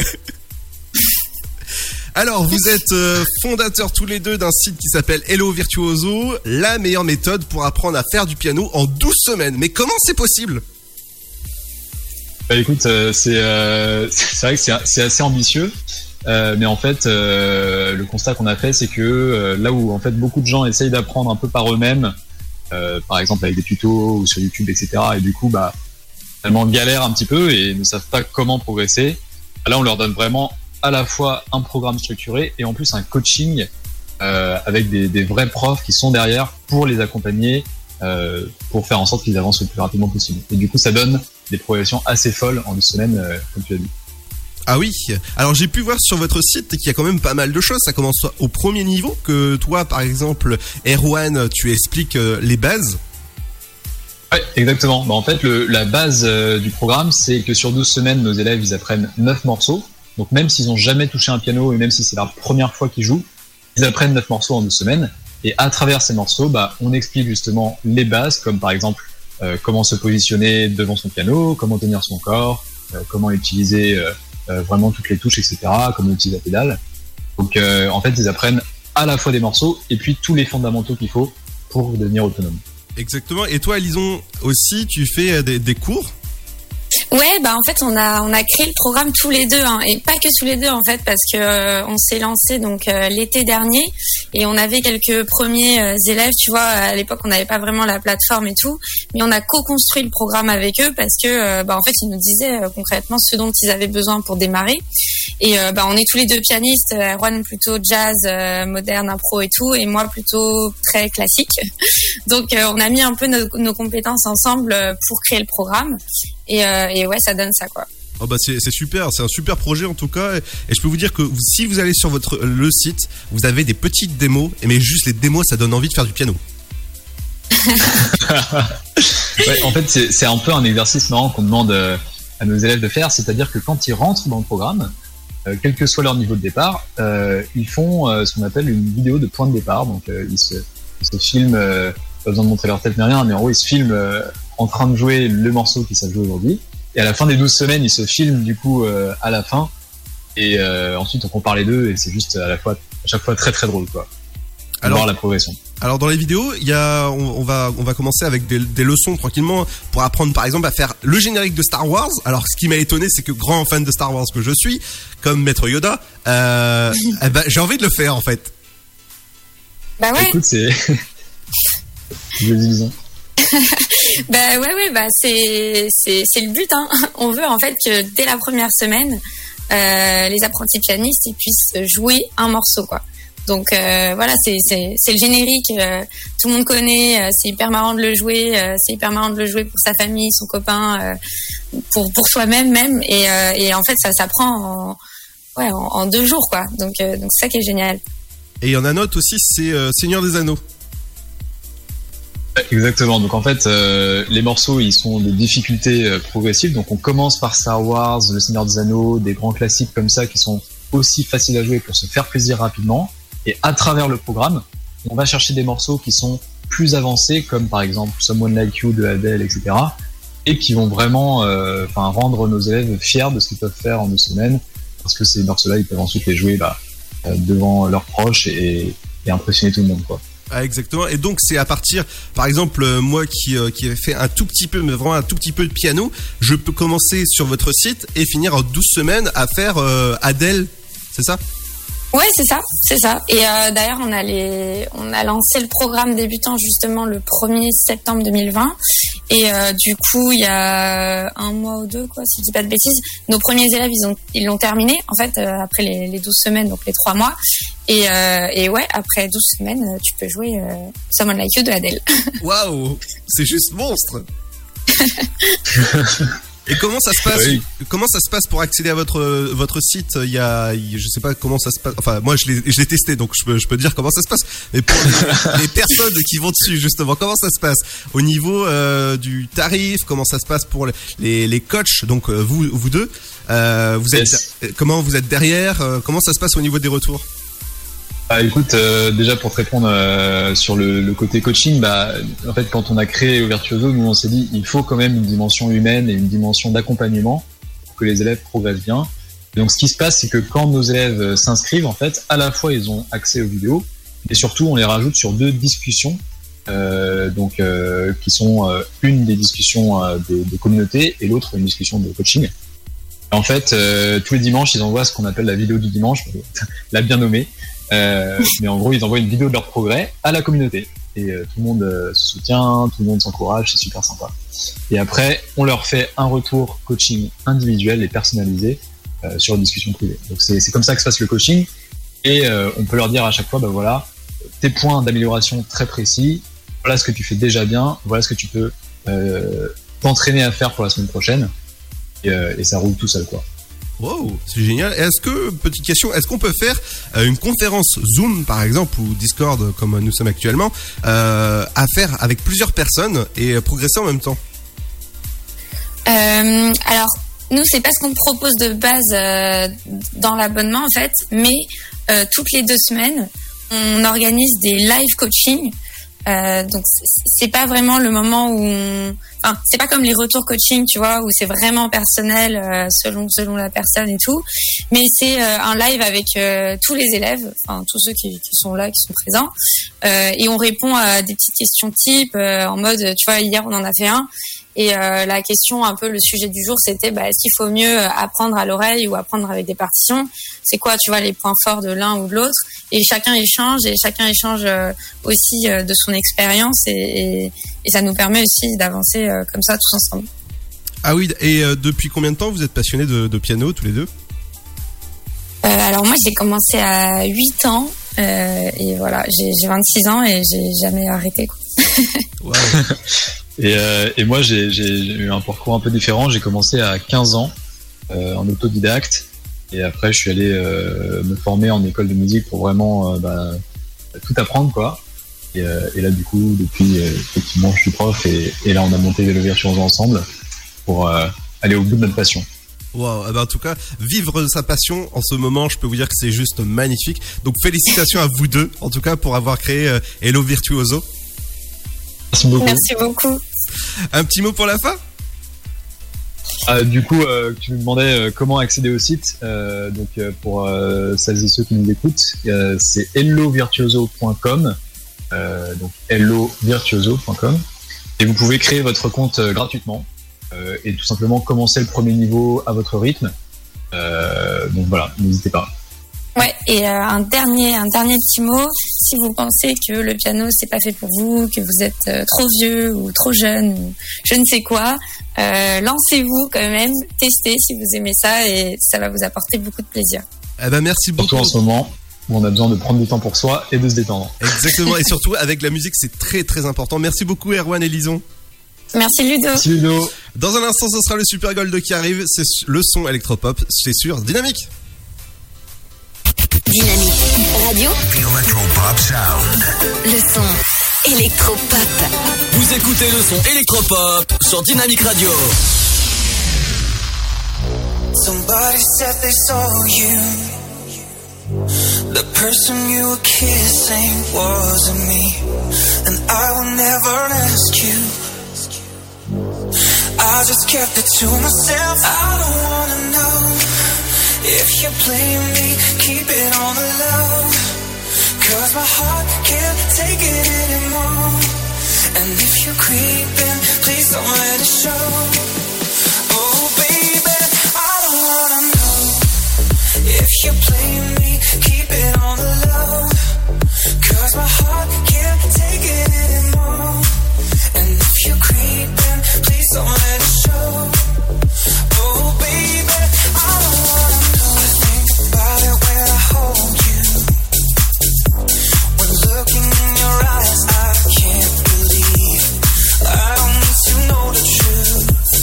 Alors vous êtes euh, fondateurs tous les deux d'un site qui s'appelle Hello Virtuoso, la meilleure méthode pour apprendre à faire du piano en douze semaines. Mais comment c'est possible ? Bah écoute, euh, c'est euh, c'est vrai que c'est, c'est assez ambitieux. Euh, mais en fait, euh, le constat qu'on a fait, c'est que euh, là où en fait beaucoup de gens essayent d'apprendre un peu par eux-mêmes, euh, par exemple avec des tutos ou sur YouTube, et cetera, et du coup, bah, tellement galèrent un petit peu et ne savent pas comment progresser. Là, on leur donne vraiment à la fois un programme structuré et en plus un coaching euh, avec des, des vrais profs qui sont derrière pour les accompagner, euh, pour faire en sorte qu'ils avancent le plus rapidement possible. Et du coup, ça donne des progressions assez folles en deux semaines, euh, comme tu as dit. Ah oui, alors j'ai pu voir sur votre site qu'il y a quand même pas mal de choses. Ça commence au premier niveau, que toi par exemple, Erwan, tu expliques euh, les bases. Ouais, exactement. Bah, en fait, le, la base euh, du programme, c'est que sur douze semaines, nos élèves, ils apprennent neuf morceaux. Donc même s'ils n'ont jamais touché un piano et même si c'est la première fois qu'ils jouent, ils apprennent neuf morceaux en douze semaines. Et à travers ces morceaux, bah, on explique justement les bases, comme par exemple euh, comment se positionner devant son piano, comment tenir son corps, euh, comment utiliser euh, euh, vraiment toutes les touches, et cetera, comment utiliser la pédale. Donc euh, en fait, ils apprennent à la fois des morceaux et puis tous les fondamentaux qu'il faut pour devenir autonome. Exactement. Et toi, Lison, aussi, tu fais des, des cours ? Ouais, bah en fait on a on a créé le programme tous les deux, hein, et pas que tous les deux en fait, parce que euh, on s'est lancé donc euh, l'été dernier et on avait quelques premiers euh, élèves, tu vois, à l'époque on n'avait pas vraiment la plateforme et tout, mais on a co-construit le programme avec eux parce que euh, bah en fait ils nous disaient euh, concrètement ce dont ils avaient besoin pour démarrer. Et euh, bah on est tous les deux pianistes, Erwan plutôt jazz, euh, moderne, impro et tout, et moi plutôt très classique. Donc euh, on a mis un peu nos, nos compétences ensemble euh, pour créer le programme. Et, euh, et ouais, ça donne ça, quoi. Oh bah c'est, c'est super, c'est un super projet en tout cas. Et, et je peux vous dire que vous, si vous allez sur votre le site, vous avez des petites démos. Et mais juste les démos, ça donne envie de faire du piano. Ouais, en fait, c'est, c'est un peu un exercice marrant qu'on demande euh, à nos élèves de faire. C'est-à-dire que quand ils rentrent dans le programme, euh, quel que soit leur niveau de départ, euh, ils font euh, ce qu'on appelle une vidéo de point de départ. Donc euh, ils, se, ils se filment, euh, pas besoin de montrer leur tête ni rien, mais en gros ils se filment euh, en train de jouer le morceau qu'ils savent jouer aujourd'hui. Et à la fin des douze semaines, ils se filment du coup euh, à la fin. Et euh, ensuite, on compare les deux et c'est juste à la fois, à chaque fois très très drôle, quoi. Alors, voir la progression. Alors dans les vidéos, il y a, on, on va, on va commencer avec des, des leçons tranquillement pour apprendre par exemple à faire le générique de Star Wars. Alors ce qui m'a étonné, c'est que grand fan de Star Wars que je suis, comme Maître Yoda, euh, eh ben, j'ai envie de le faire en fait. Bah ouais. Écoute, c'est. Je dis bah ouais ouais bah c'est c'est c'est le but, hein. On veut en fait que dès la première semaine euh, les apprentis pianistes ils puissent jouer un morceau, quoi. Donc euh, voilà, c'est c'est c'est le générique, euh, tout le monde connaît, euh, c'est hyper marrant de le jouer, euh, c'est hyper marrant de le jouer pour sa famille, son copain, euh, pour pour soi-même même, et euh, et en fait ça s'apprend en ouais en, en deux jours, quoi. Donc euh, donc c'est ça qui est génial. Et il y en a un autre aussi, c'est euh, Seigneur des Anneaux. Exactement. Donc en fait, euh, les morceaux, ils sont de difficultés euh, progressives. Donc on commence par Star Wars, Le Seigneur des Anneaux, des grands classiques comme ça qui sont aussi faciles à jouer pour se faire plaisir rapidement. Et à travers le programme, on va chercher des morceaux qui sont plus avancés, comme par exemple Someone Like You de Adele, et cetera. Et qui vont vraiment, euh, enfin, rendre nos élèves fiers de ce qu'ils peuvent faire en deux semaines, parce que ces morceaux-là, ils peuvent ensuite les jouer bah, euh, devant leurs proches et, et impressionner tout le monde, quoi. Ah, exactement. Et donc c'est à partir, par exemple, euh, moi qui euh, qui ai fait un tout petit peu, mais vraiment un tout petit peu de piano, je peux commencer sur votre site et finir en douze semaines à faire euh, Adele, c'est ça ? Ouais, c'est ça, c'est ça. Et euh, d'ailleurs, on a les, on a lancé le programme débutant justement le premier septembre deux mille vingt. Et euh, du coup, il y a un mois ou deux, quoi, si je dis pas de bêtises, nos premiers élèves, ils ont, ils l'ont terminé. En fait, euh, après les, les douze semaines, donc les trois mois. Et euh, et ouais, après douze semaines, tu peux jouer euh, Someone Like You de Adele. Waouh, c'est juste monstre. Et comment ça se passe oui. Comment ça se passe pour accéder à votre votre site? Il y a, je sais pas comment ça se passe. Enfin, moi je l'ai je l'ai testé, donc je peux je peux dire comment ça se passe. Mais pour les, les personnes qui vont dessus, justement, comment ça se passe au niveau euh, du tarif? Comment ça se passe pour les les, les coachs? Donc euh, vous vous deux, euh, vous êtes yes. Comment vous êtes derrière? euh, Comment ça se passe au niveau des retours? Bah, écoute, euh, déjà pour te répondre euh, sur le, le côté coaching, bah, en fait, quand on a créé Virtuoso, nous on s'est dit il faut quand même une dimension humaine et une dimension d'accompagnement pour que les élèves progressent bien. Et donc, ce qui se passe, c'est que quand nos élèves s'inscrivent, en fait, à la fois ils ont accès aux vidéos, et surtout on les rajoute sur deux discussions, euh, donc euh, qui sont euh, une des discussions euh, de, de communauté et l'autre une discussion de coaching. Et en fait, euh, tous les dimanches, ils envoient ce qu'on appelle la vidéo du dimanche, l'a bien nommé. Euh, mais en gros, ils envoient une vidéo de leur progrès à la communauté et euh, tout le monde euh, se soutient, tout le monde s'encourage, c'est super sympa. Et après, on leur fait un retour coaching individuel et personnalisé euh, sur une discussion privée. Donc c'est, c'est comme ça que se passe le coaching. et euh, on peut leur dire à chaque fois, bah voilà, tes points d'amélioration très précis, voilà ce que tu fais déjà bien, voilà ce que tu peux euh, t'entraîner à faire pour la semaine prochaine, et, euh, et ça roule tout seul, quoi. Wow, c'est génial. Est-ce que, petite question, est-ce qu'on peut faire euh, une conférence Zoom, par exemple, ou Discord, comme nous sommes actuellement, euh, à faire avec plusieurs personnes et euh, progresser en même temps? euh, Alors, nous, c'est pas ce qu'on propose de base euh, dans l'abonnement, en fait, mais euh, toutes les deux semaines, on organise des live coaching. Euh, donc c'est pas vraiment le moment où on... enfin c'est pas comme les retours coaching, tu vois, où c'est vraiment personnel euh, selon selon la personne et tout, mais c'est euh, un live avec euh, tous les élèves, enfin tous ceux qui, qui sont là, qui sont présents, euh, et on répond à des petites questions type euh, en mode, tu vois, hier on en a fait un, et euh, la question, un peu le sujet du jour, c'était bah, est-ce qu'il faut mieux apprendre à l'oreille ou apprendre avec des partitions? C'est quoi, tu vois, les points forts de l'un ou de l'autre? Et chacun échange, et chacun échange euh, aussi euh, de son expérience, et, et, et ça nous permet aussi d'avancer euh, comme ça tous ensemble. Ah oui, et euh, depuis combien de temps vous êtes passionnés de, de piano tous les deux? euh, Alors moi j'ai commencé à huit ans, euh, et voilà, j'ai, j'ai vingt-six ans et j'ai jamais arrêté, quoi. Wow. Et, euh, et moi, j'ai, j'ai, j'ai eu un parcours un peu différent. J'ai commencé à quinze ans euh, en autodidacte. Et après, je suis allé euh, me former en école de musique pour vraiment euh, bah, tout apprendre, quoi. Et, euh, et là, du coup, depuis, euh, effectivement, je suis prof. Et, et là, on a monté Vélo Virtuoso ensemble pour euh, aller au bout de notre passion. Wow, eh ben en tout cas, vivre sa passion en ce moment, je peux vous dire que c'est juste magnifique. Donc félicitations à vous deux, en tout cas, pour avoir créé euh, Hello Virtuoso. Merci beaucoup. Merci beaucoup. Un petit mot pour la fin? euh, Du coup, euh, tu me demandais euh, comment accéder au site. Euh, donc, euh, pour euh, celles et ceux qui nous écoutent, euh, c'est hello virtuoso point com. Euh, donc, hello virtuoso point com. Et vous pouvez créer votre compte euh, gratuitement euh, et tout simplement commencer le premier niveau à votre rythme. Euh, donc voilà, n'hésitez pas. Ouais, et euh, un dernier, un dernier petit mot. Si vous pensez que le piano c'est pas fait pour vous, que vous êtes euh, trop vieux ou trop jeune ou je ne sais quoi, euh, lancez-vous quand même, testez si vous aimez ça et ça va vous apporter beaucoup de plaisir. Eh ben merci beaucoup. Surtout en ce moment où on a besoin de prendre du temps pour soi et de se détendre. Exactement, et surtout avec la musique c'est très très important. Merci beaucoup Erwan et Lison. Merci Ludo. Merci Ludo. Dans un instant ce sera le Super Gold qui arrive, c'est le son électropop, c'est sur Dynamique. Dynamique Radio. The Electropop Sound. Le son électropop. Vous écoutez le son électropop sur Dynamique Radio. Somebody said they saw you. The person you were kissing wasn't me, and I will never ask you. I just kept it to myself. I don't wanna know if you're playing me, keep it on the low. Cause my heart can't take it anymore. And if you're creeping, please don't let it show. Oh baby, I don't wanna know if you're playing me, keep it on the low. Cause my heart can't take it anymore. And if you're creeping, please don't let it show. Oh baby, I don't wanna know. I think about it when I hold you. When looking in your eyes, I can't believe I don't need to know the truth.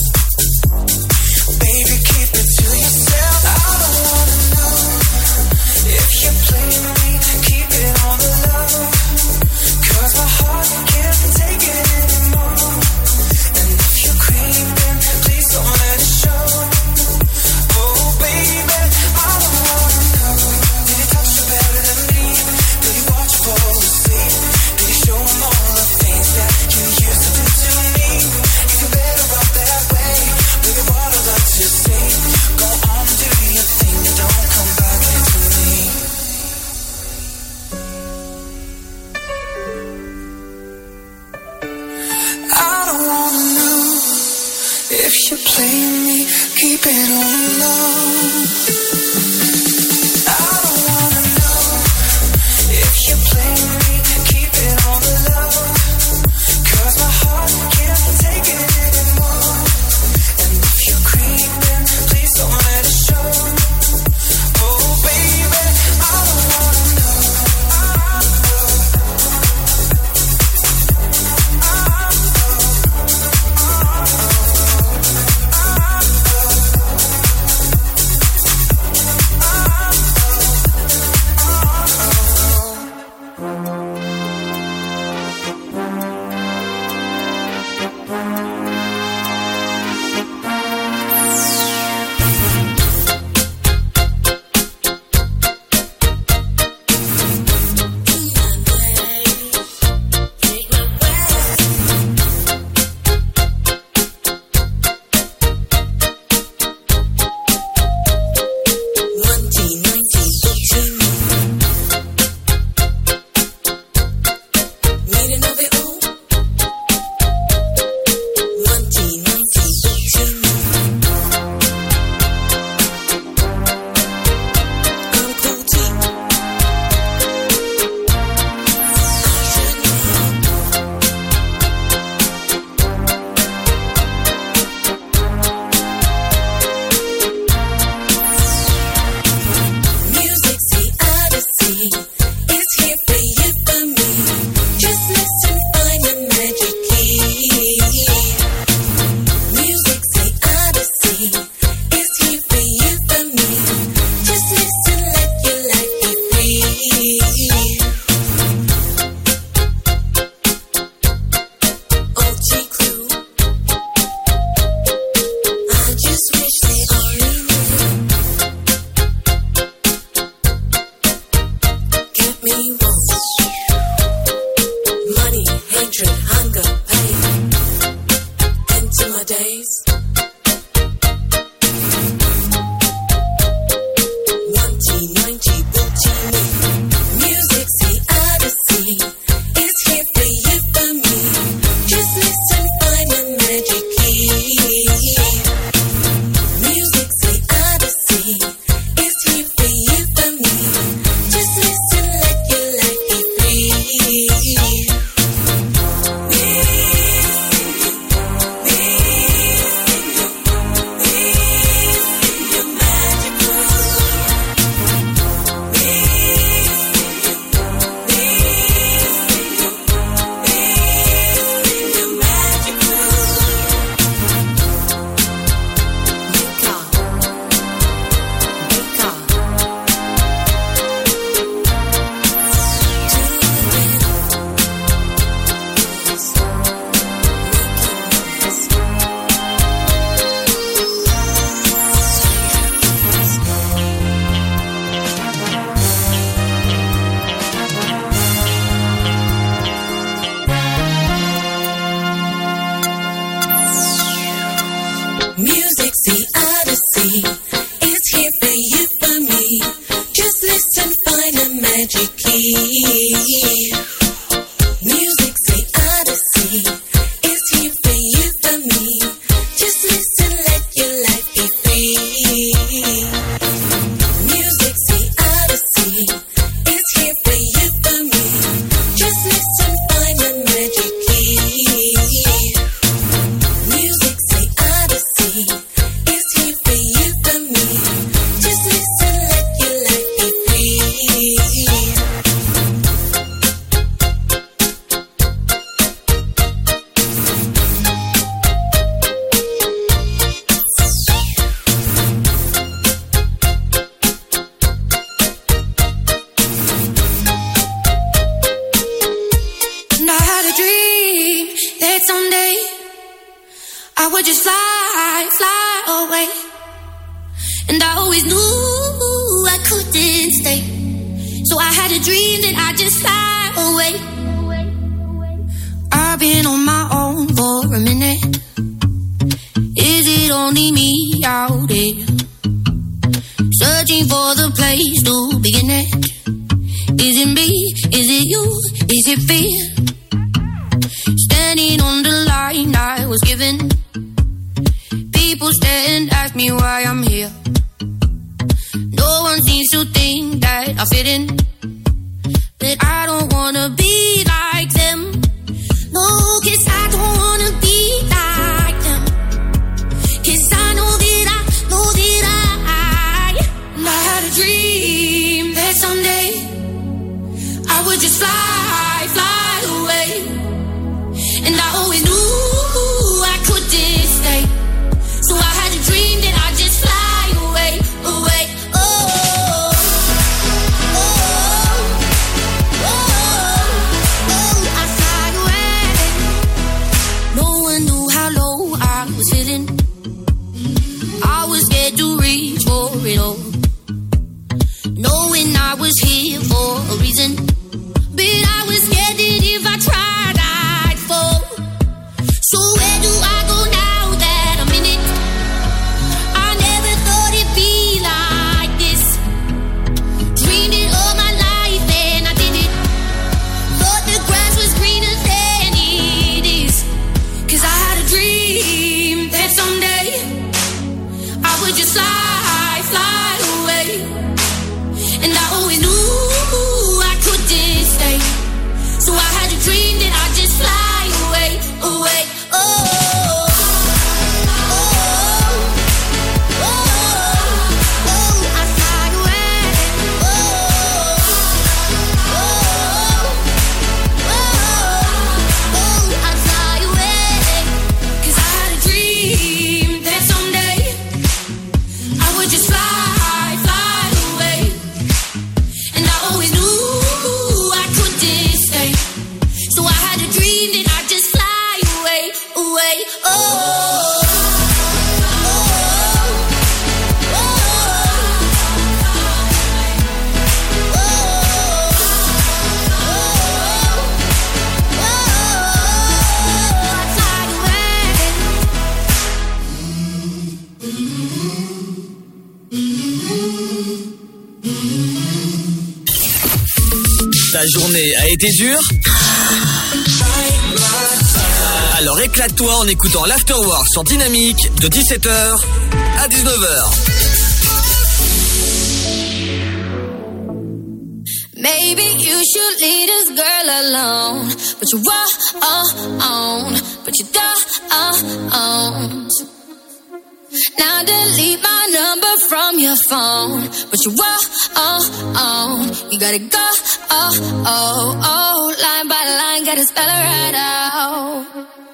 Baby, keep it to yourself. I don't wanna know if you're playing me, keep it on the low. Cause my heart can't take it anymore. And if you're creeping, please don't let it show. Oh baby, I don't wanna know. Did he touch you better than me? Did he watch you fall asleep? Did he show him all the things that you used to do to me? If you're better off that way, baby, what I'd like to say, go on and do your thing, don't come back to me. I don't wanna know if you're playing me, keep it on low. I don't wanna know if you're playing me, keep it on the low. Cause my heart can't take it anymore. And if you're creeping, please don't let it show. Oh baby, I don't wanna Knowing I was here for a reason, but I journée a été dure? Alors éclate-toi en écoutant l'Afterwork sur Dynamique de dix-sept heures à dix-neuf heures. Maybe you should leave this girl alone, but you won't, but you don't. Now delete my number from your phone, but you won't. You gotta go, oh, oh, oh, line by line, gotta spell it right out.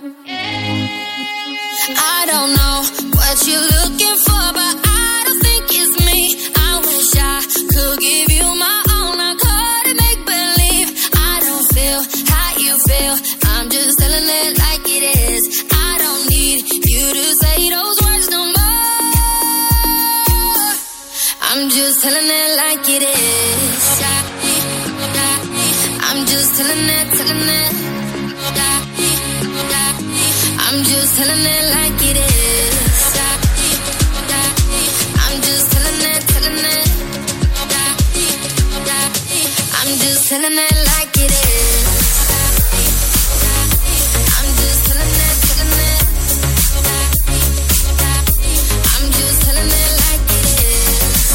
I don't know what you're looking for, but I don't think it's me. I wish I could give you my all. I couldn't make believe. I don't feel how you feel. I'm just telling it like it is. I don't need you to say those words no more. I'm just telling it like it is. I'm just telling it, telling it. I'm just telling it like it is. I'm just telling it, telling it. I'm just telling it like it is. I'm just telling it, telling it. I'm just telling it like it is.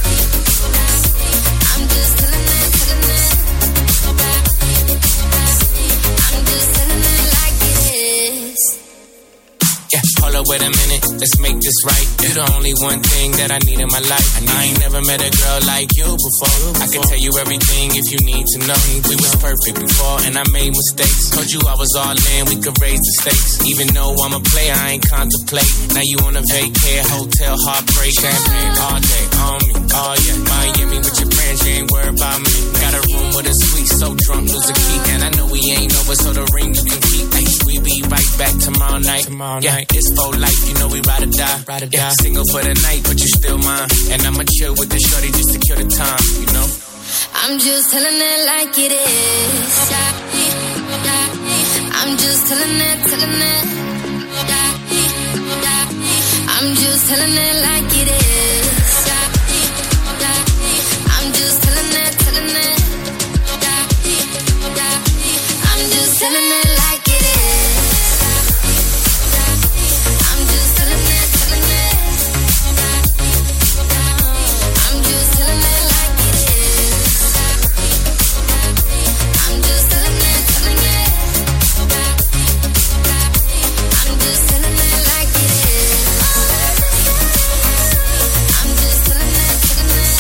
I'm just telling it, telling it. I'm just telling it like it is. Yeah, hold up, wait a minute, let's make this right. You're the only one thing that I need in my life. I ain't never met a girl like you before. I can tell you everything if you need to know. We was perfect before and I made mistakes. Told you I was all in, we could raise the stakes. Even though I'm a player, I ain't contemplate. Now you on a vacay, hotel, heartbreak. Champagne all day, on me, oh yeah. Miami with your friends, you ain't worried about me. Got a room with a suite, so drunk, lose a key. And I know we ain't over, so the ring you can keep. Ay, we be right back tomorrow night. Tomorrow night. Yeah, it's for life, you know we ride or die. Ride or die. Yeah, single for the night, but you still mine. And I'ma chill with the shorty just to kill the time, you know? I'm just telling it like it is. I'm just telling it, telling it. I'm just telling it like it is. I'm just telling it, telling it. I'm just telling it like it is. I'm just telling it, telling it. I'm just telling it like it is. I'm just telling it, telling it. I'm just telling it like it is. I'm just telling it, telling it.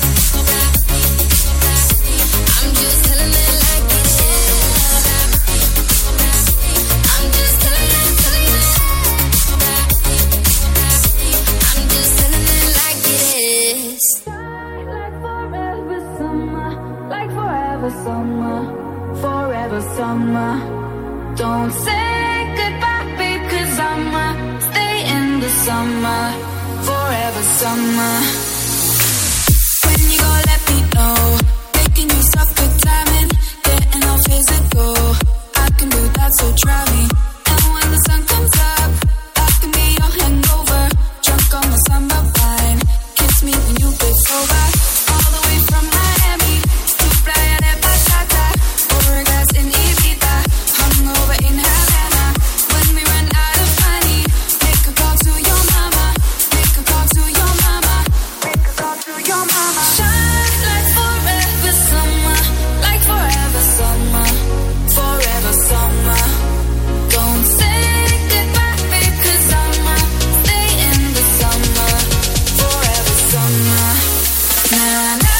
I'm just telling it like it is. I'm just telling it, telling it. I'm just telling it like it is. Like forever summer, forever summer. Don't say goodbye, babe, cause I'ma stay in the summer, forever summer. When you gon' let me know, making you suck good timing, getting all physical. I can do that, so try me. And when the sun comes up, that can be your hangover. Drunk on the summer wine, kiss me when you get sober. All the way from Miami to Playa de Bachata, over gas in Ibiza, hungover in Havana. When we run out of money, make a call to your mama, make a call to your mama, make a call to your mama. Shine like forever summer, like forever summer, forever summer. Don't say goodbye, babe, cause I'ma stay in the summer, forever summer. Na na.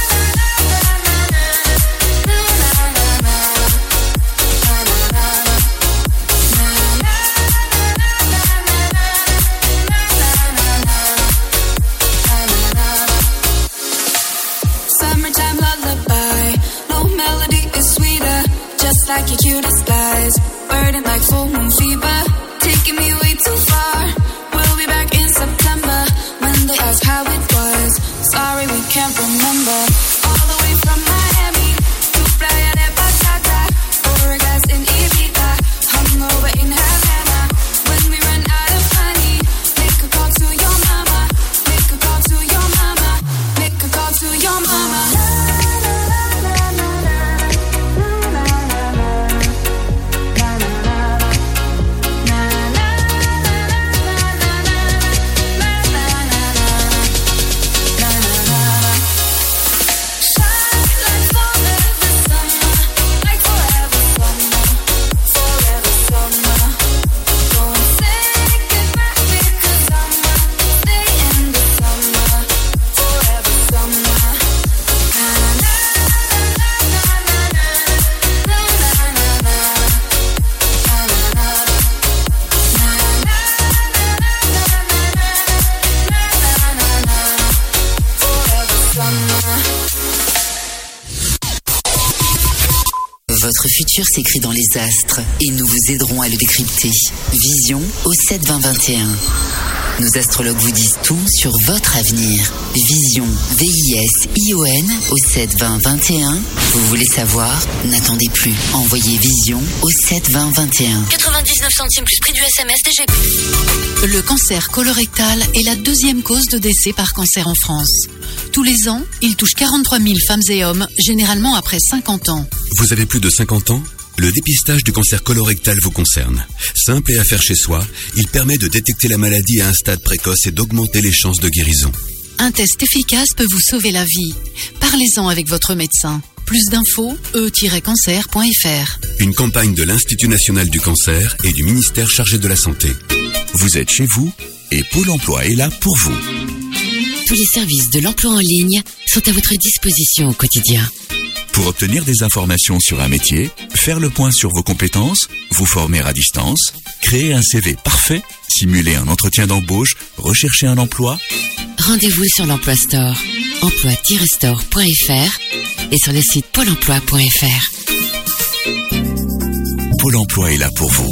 Summertime lullaby, no melody is sweeter. Just like your cutest lies, burning like full moon fever, taking me way too far. We'll be back in September when they ask how it was. Sorry, we can't remember. All the way from Miami to Playa de Bachata, over gas in Ibiza, hungover in Havana. When we run out of money, make a call to your mama, make a call to your mama, make a call to your mama. Votre futur s'écrit dans les astres et nous vous aiderons à le décrypter. Vision au sept vingt vingt et un. Nos astrologues vous disent tout sur votre avenir. Vision, V I S I O N au sept vingt vingt et un. Vous voulez savoir? N'attendez plus. Envoyez Vision au sept vingt vingt et un. quatre-vingt-dix-neuf centimes plus prix du S M S D G P. Le cancer colorectal est la deuxième cause de décès par cancer en France. Tous les ans, il touche quarante-trois mille femmes et hommes, généralement après cinquante ans. Vous avez plus de cinquante ans? Le dépistage du cancer colorectal vous concerne. Simple et à faire chez soi, il permet de détecter la maladie à un stade précoce et d'augmenter les chances de guérison. Un test efficace peut vous sauver la vie. Parlez-en avec votre médecin. Plus d'infos, e tiret cancer point f r. Une campagne de l'Institut national du cancer et du ministère chargé de la santé. Vous êtes chez vous et Pôle emploi est là pour vous. Tous les services de l'emploi en ligne sont à votre disposition au quotidien. Pour obtenir des informations sur un métier, faire le point sur vos compétences, vous former à distance, créer un C V parfait, simuler un entretien d'embauche, rechercher un emploi. Rendez-vous sur l'Emploi Store, emploi tiret store point f r et sur le site pôle emploi point f r. Pôle emploi est là pour vous.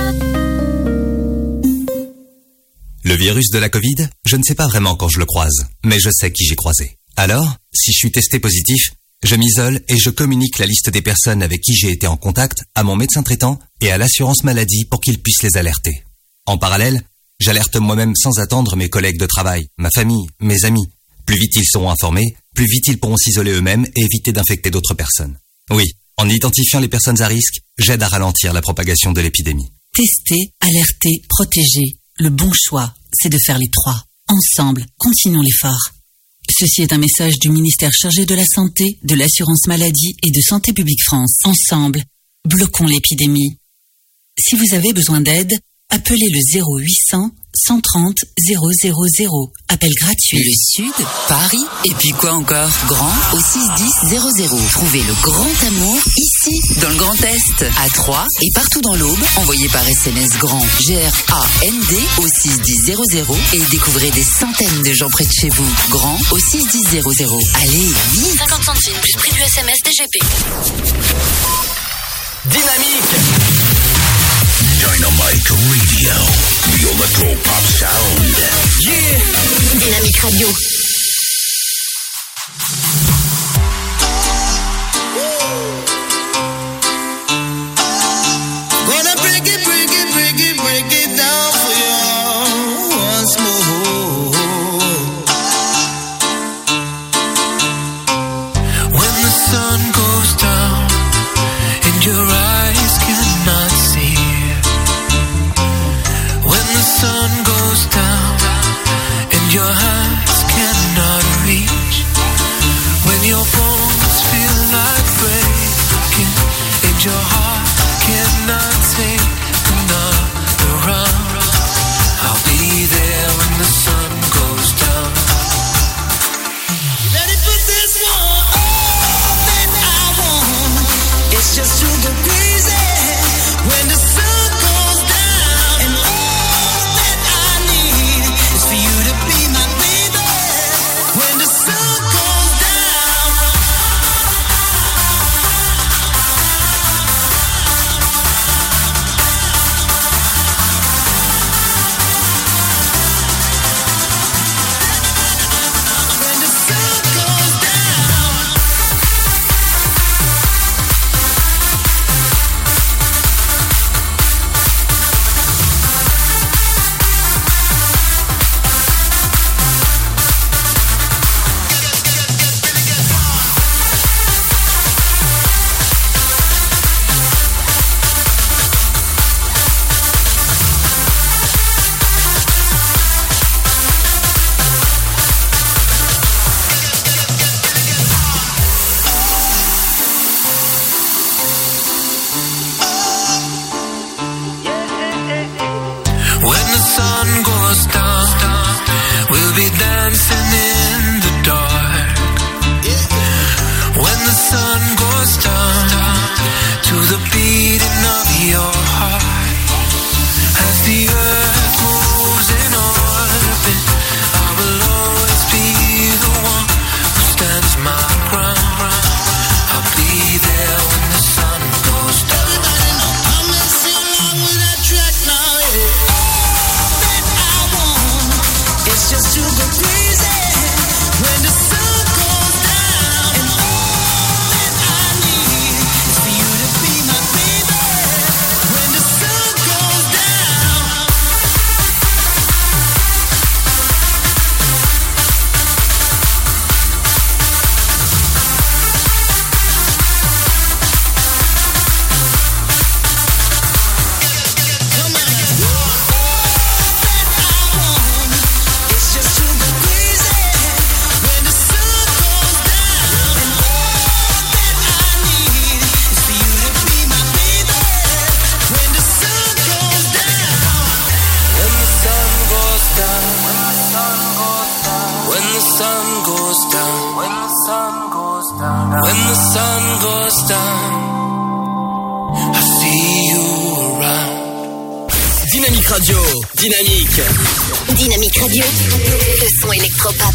Le virus de la Covid, je ne sais pas vraiment quand je le croise, mais je sais qui j'ai croisé. Alors, si je suis testé positif, je m'isole et je communique la liste des personnes avec qui j'ai été en contact à mon médecin traitant et à l'assurance maladie pour qu'ils puissent les alerter. En parallèle, j'alerte moi-même sans attendre mes collègues de travail, ma famille, mes amis. Plus vite ils seront informés, plus vite ils pourront s'isoler eux-mêmes et éviter d'infecter d'autres personnes. Oui, en identifiant les personnes à risque, j'aide à ralentir la propagation de l'épidémie. Tester, alerter, protéger. Le bon choix, c'est de faire les trois. Ensemble, continuons l'effort. Ceci est un message du ministère chargé de la Santé, de l'Assurance Maladie et de Santé Publique France. Ensemble, bloquons l'épidémie. Si vous avez besoin d'aide, appelez le zéro huit cents cent trente zéro zéro zéro. Appel gratuit. Le Sud, Paris, et puis quoi encore? Grand au six dix zéro zéro. Trouvez le grand amour ici, dans le Grand Est, à Troyes et partout dans l'Aube. Envoyez par S M S grand G R A N D au six dix zéro zéro et découvrez des centaines de gens près de chez vous. Grand au six dix zéro zéro. Allez, vite! cinquante centimes plus prix du S M S D G P. Dynamique! Dynamic Radio, the electro pop sound. Yeah! Dynamique Radio. Gonna break it, break it, break it, break it down for you once more. When the sun goes down and your eyes cannot see, when the sun goes down and your hands cannot reach, when your bones feel like breaking and your heart cannot take another round, I'll be there when the sun goes down. Ready for this one? All that I want is just to go crazy when the sun goes down, and all that I need is for you to be my baby when the sun goes down. When the sun goes down, I see you around. Dynamique Radio, Dynamique. Dynamique Radio, le son électropop.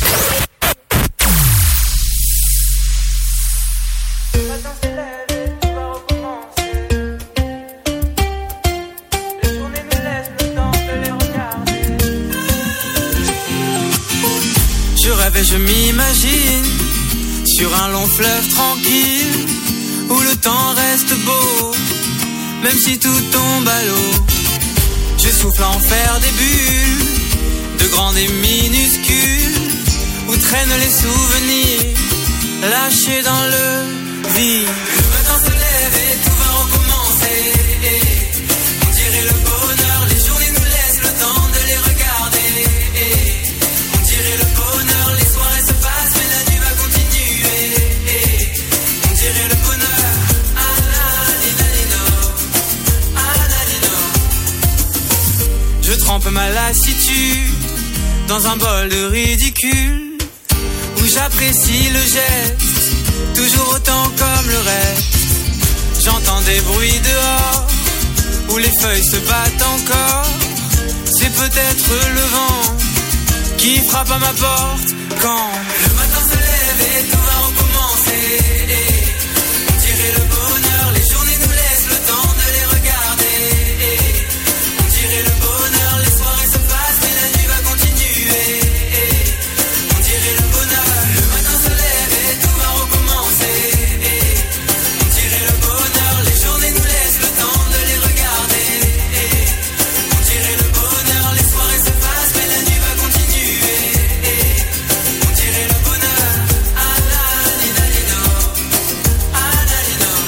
Je rêve et je m'imagine sur un long fleuve tranquille où le temps reste beau, même si tout tombe à l'eau. Je souffle à en faire des bulles, de grandes et minuscules, où traînent les souvenirs lâchés dans le vide. Le matin se lève et tout va recommencer. On dirait le bonheur, les journées nous laissent le temps de les regarder. On dirait le bonheur, les soirées se passent mais la nuit va continuer. On dirait le bonheur, ah la li la li no, ah la li no. Je trempe ma lassitude dans un bol de ridicule où j'apprécie le geste, toujours autant comme le reste. J'entends des bruits dehors où les feuilles se battent encore. C'est peut-être le vent qui frappe à ma porte quand le matin se lève et tout va recommencer. On dirait le bonheur, les journées nous laissent le temps de les regarder. On dirait le bonheur, les soirées se passent mais la nuit va continuer. On dirait le bonheur, le matin se lève et tout va recommencer. On dirait le bonheur, les journées nous laissent le temps de les regarder. On dirait le bonheur, les soirées se passent mais la nuit va continuer. On dirait le bonheur, ah la li la li no, ah la li no.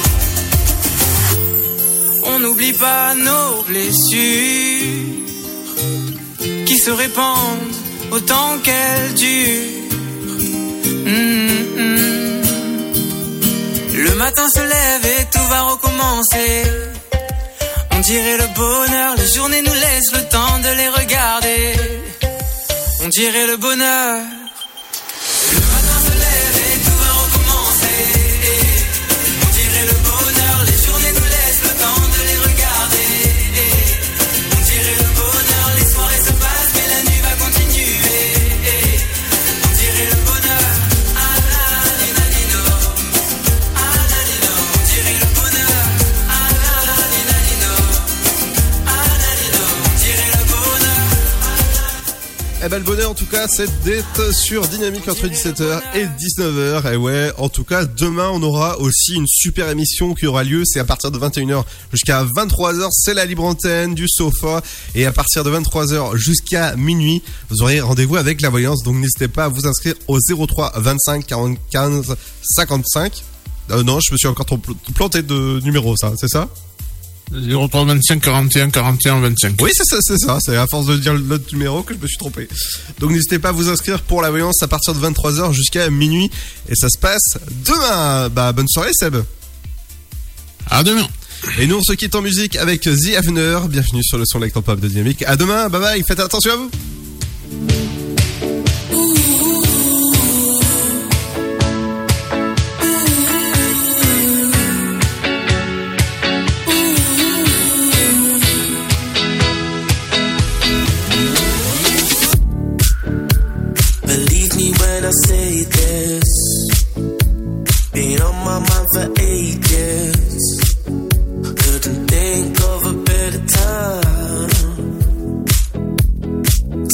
On n'oublie pas nos blessures qui se répandent autant qu'elles durent. Mm, mm. Le matin se lève et tout va recommencer. On dirait le bonheur, les journées nous laissent le temps de les regarder. On dirait le bonheur. Le matin se lève et tout va recommencer. On dirait le bonheur, les journées nous laissent le temps de les regarder. On dirait le bonheur, les soirées se passent mais la nuit va continuer. On dirait le bonheur, ah la li la li no, ah la li no. On dirait le bonheur, ah la li la li no, ah la li no. On dirait le bonheur. Eh ben le bonheur en tout cas c'est d'être sur Dynamique entre dix-sept heures et dix-neuf heures. Et ouais, en tout cas demain on aura aussi une super émission qui aura lieu. C'est à partir de vingt et une heures jusqu'à vingt-trois heures. C'est la libre antenne du sofa. Et à partir de vingt-trois heures jusqu'à minuit, vous aurez rendez-vous avec la voyance. Donc n'hésitez pas à vous inscrire au zéro trois vingt-cinq quarante-quinze cinquante-cinq. Euh, non, je me suis encore trompé- planté de numéro, ça, c'est ça? zéro trois vingt-cinq quarante et un quarante et un vingt-cinq. Oui, c'est ça, c'est ça. C'est à force de dire l'autre numéro que je me suis trompé. Donc n'hésitez pas à vous inscrire pour la voyance à partir de vingt-trois heures jusqu'à minuit. Et ça se passe demain. Bah, bonne soirée, Seb. À demain. Et nous, on se quitte en musique avec The Avener. Bienvenue sur le son électropop de Dynamique. À demain. Bye bye. Faites attention à vous. Believe me when I say this. Been on my mind for ages. Couldn't think of a better time.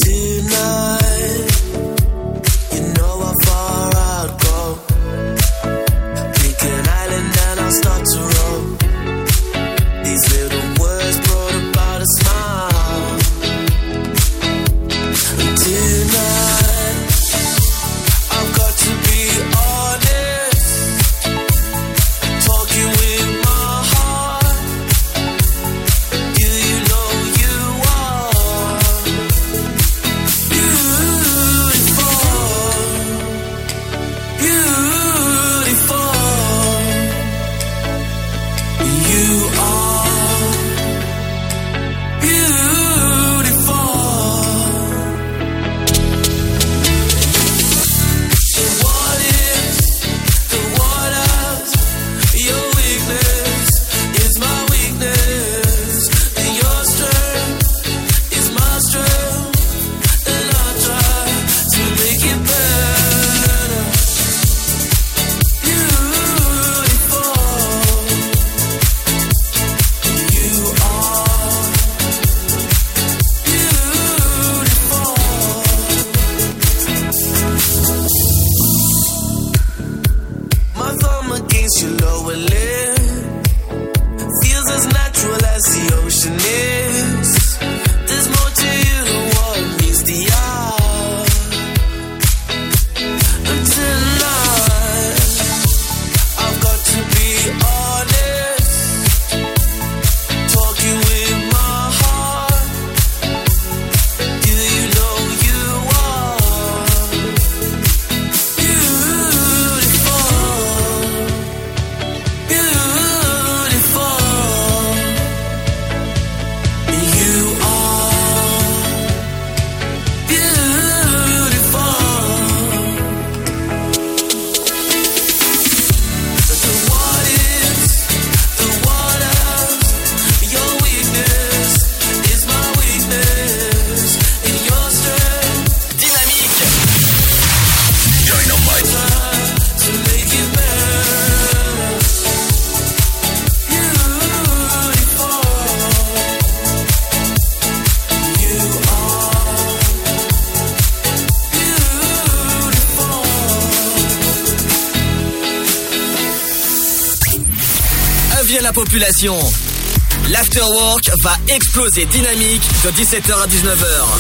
revient la population. L'afterwork va exploser dynamique de dix-sept heures à dix-neuf heures.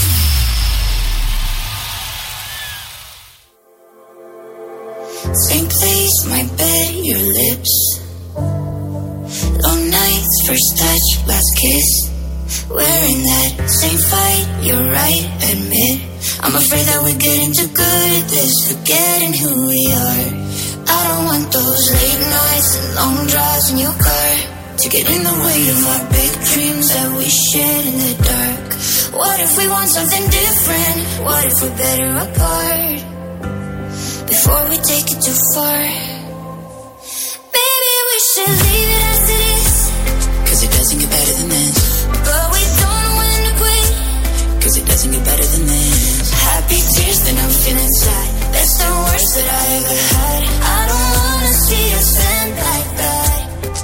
Same place, my bed, your lips. Long nights, first touch, last kiss. We're in that same fight, you're right, admit. I'm afraid that we're getting too good at this, forgetting who we are. I don't want those late nights and long drives in your car to get in the way of our big dreams that we shared in the dark. What if we want something different? What if we're better apart? Before we take it too far, maybe we should leave it as it is, cause it doesn't get better than this. But we don't know when to quit, cause it doesn't get better than this. Happy tears, then I'm feeling sad. That's the worst that I ever had. I don't wanna see us end like that.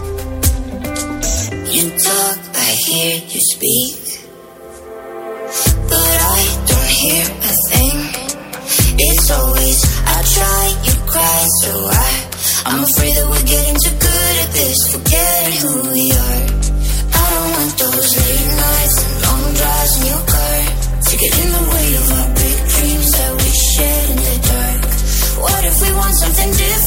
You talk, I hear you speak, but I don't hear a thing. It's always, I try, you cry, so I I'm afraid that we're getting too good at this, forgetting who we are. I don't want those late nights and long drives in your car to get in the way of our big dreams that we shared in the dark. What if we want something different?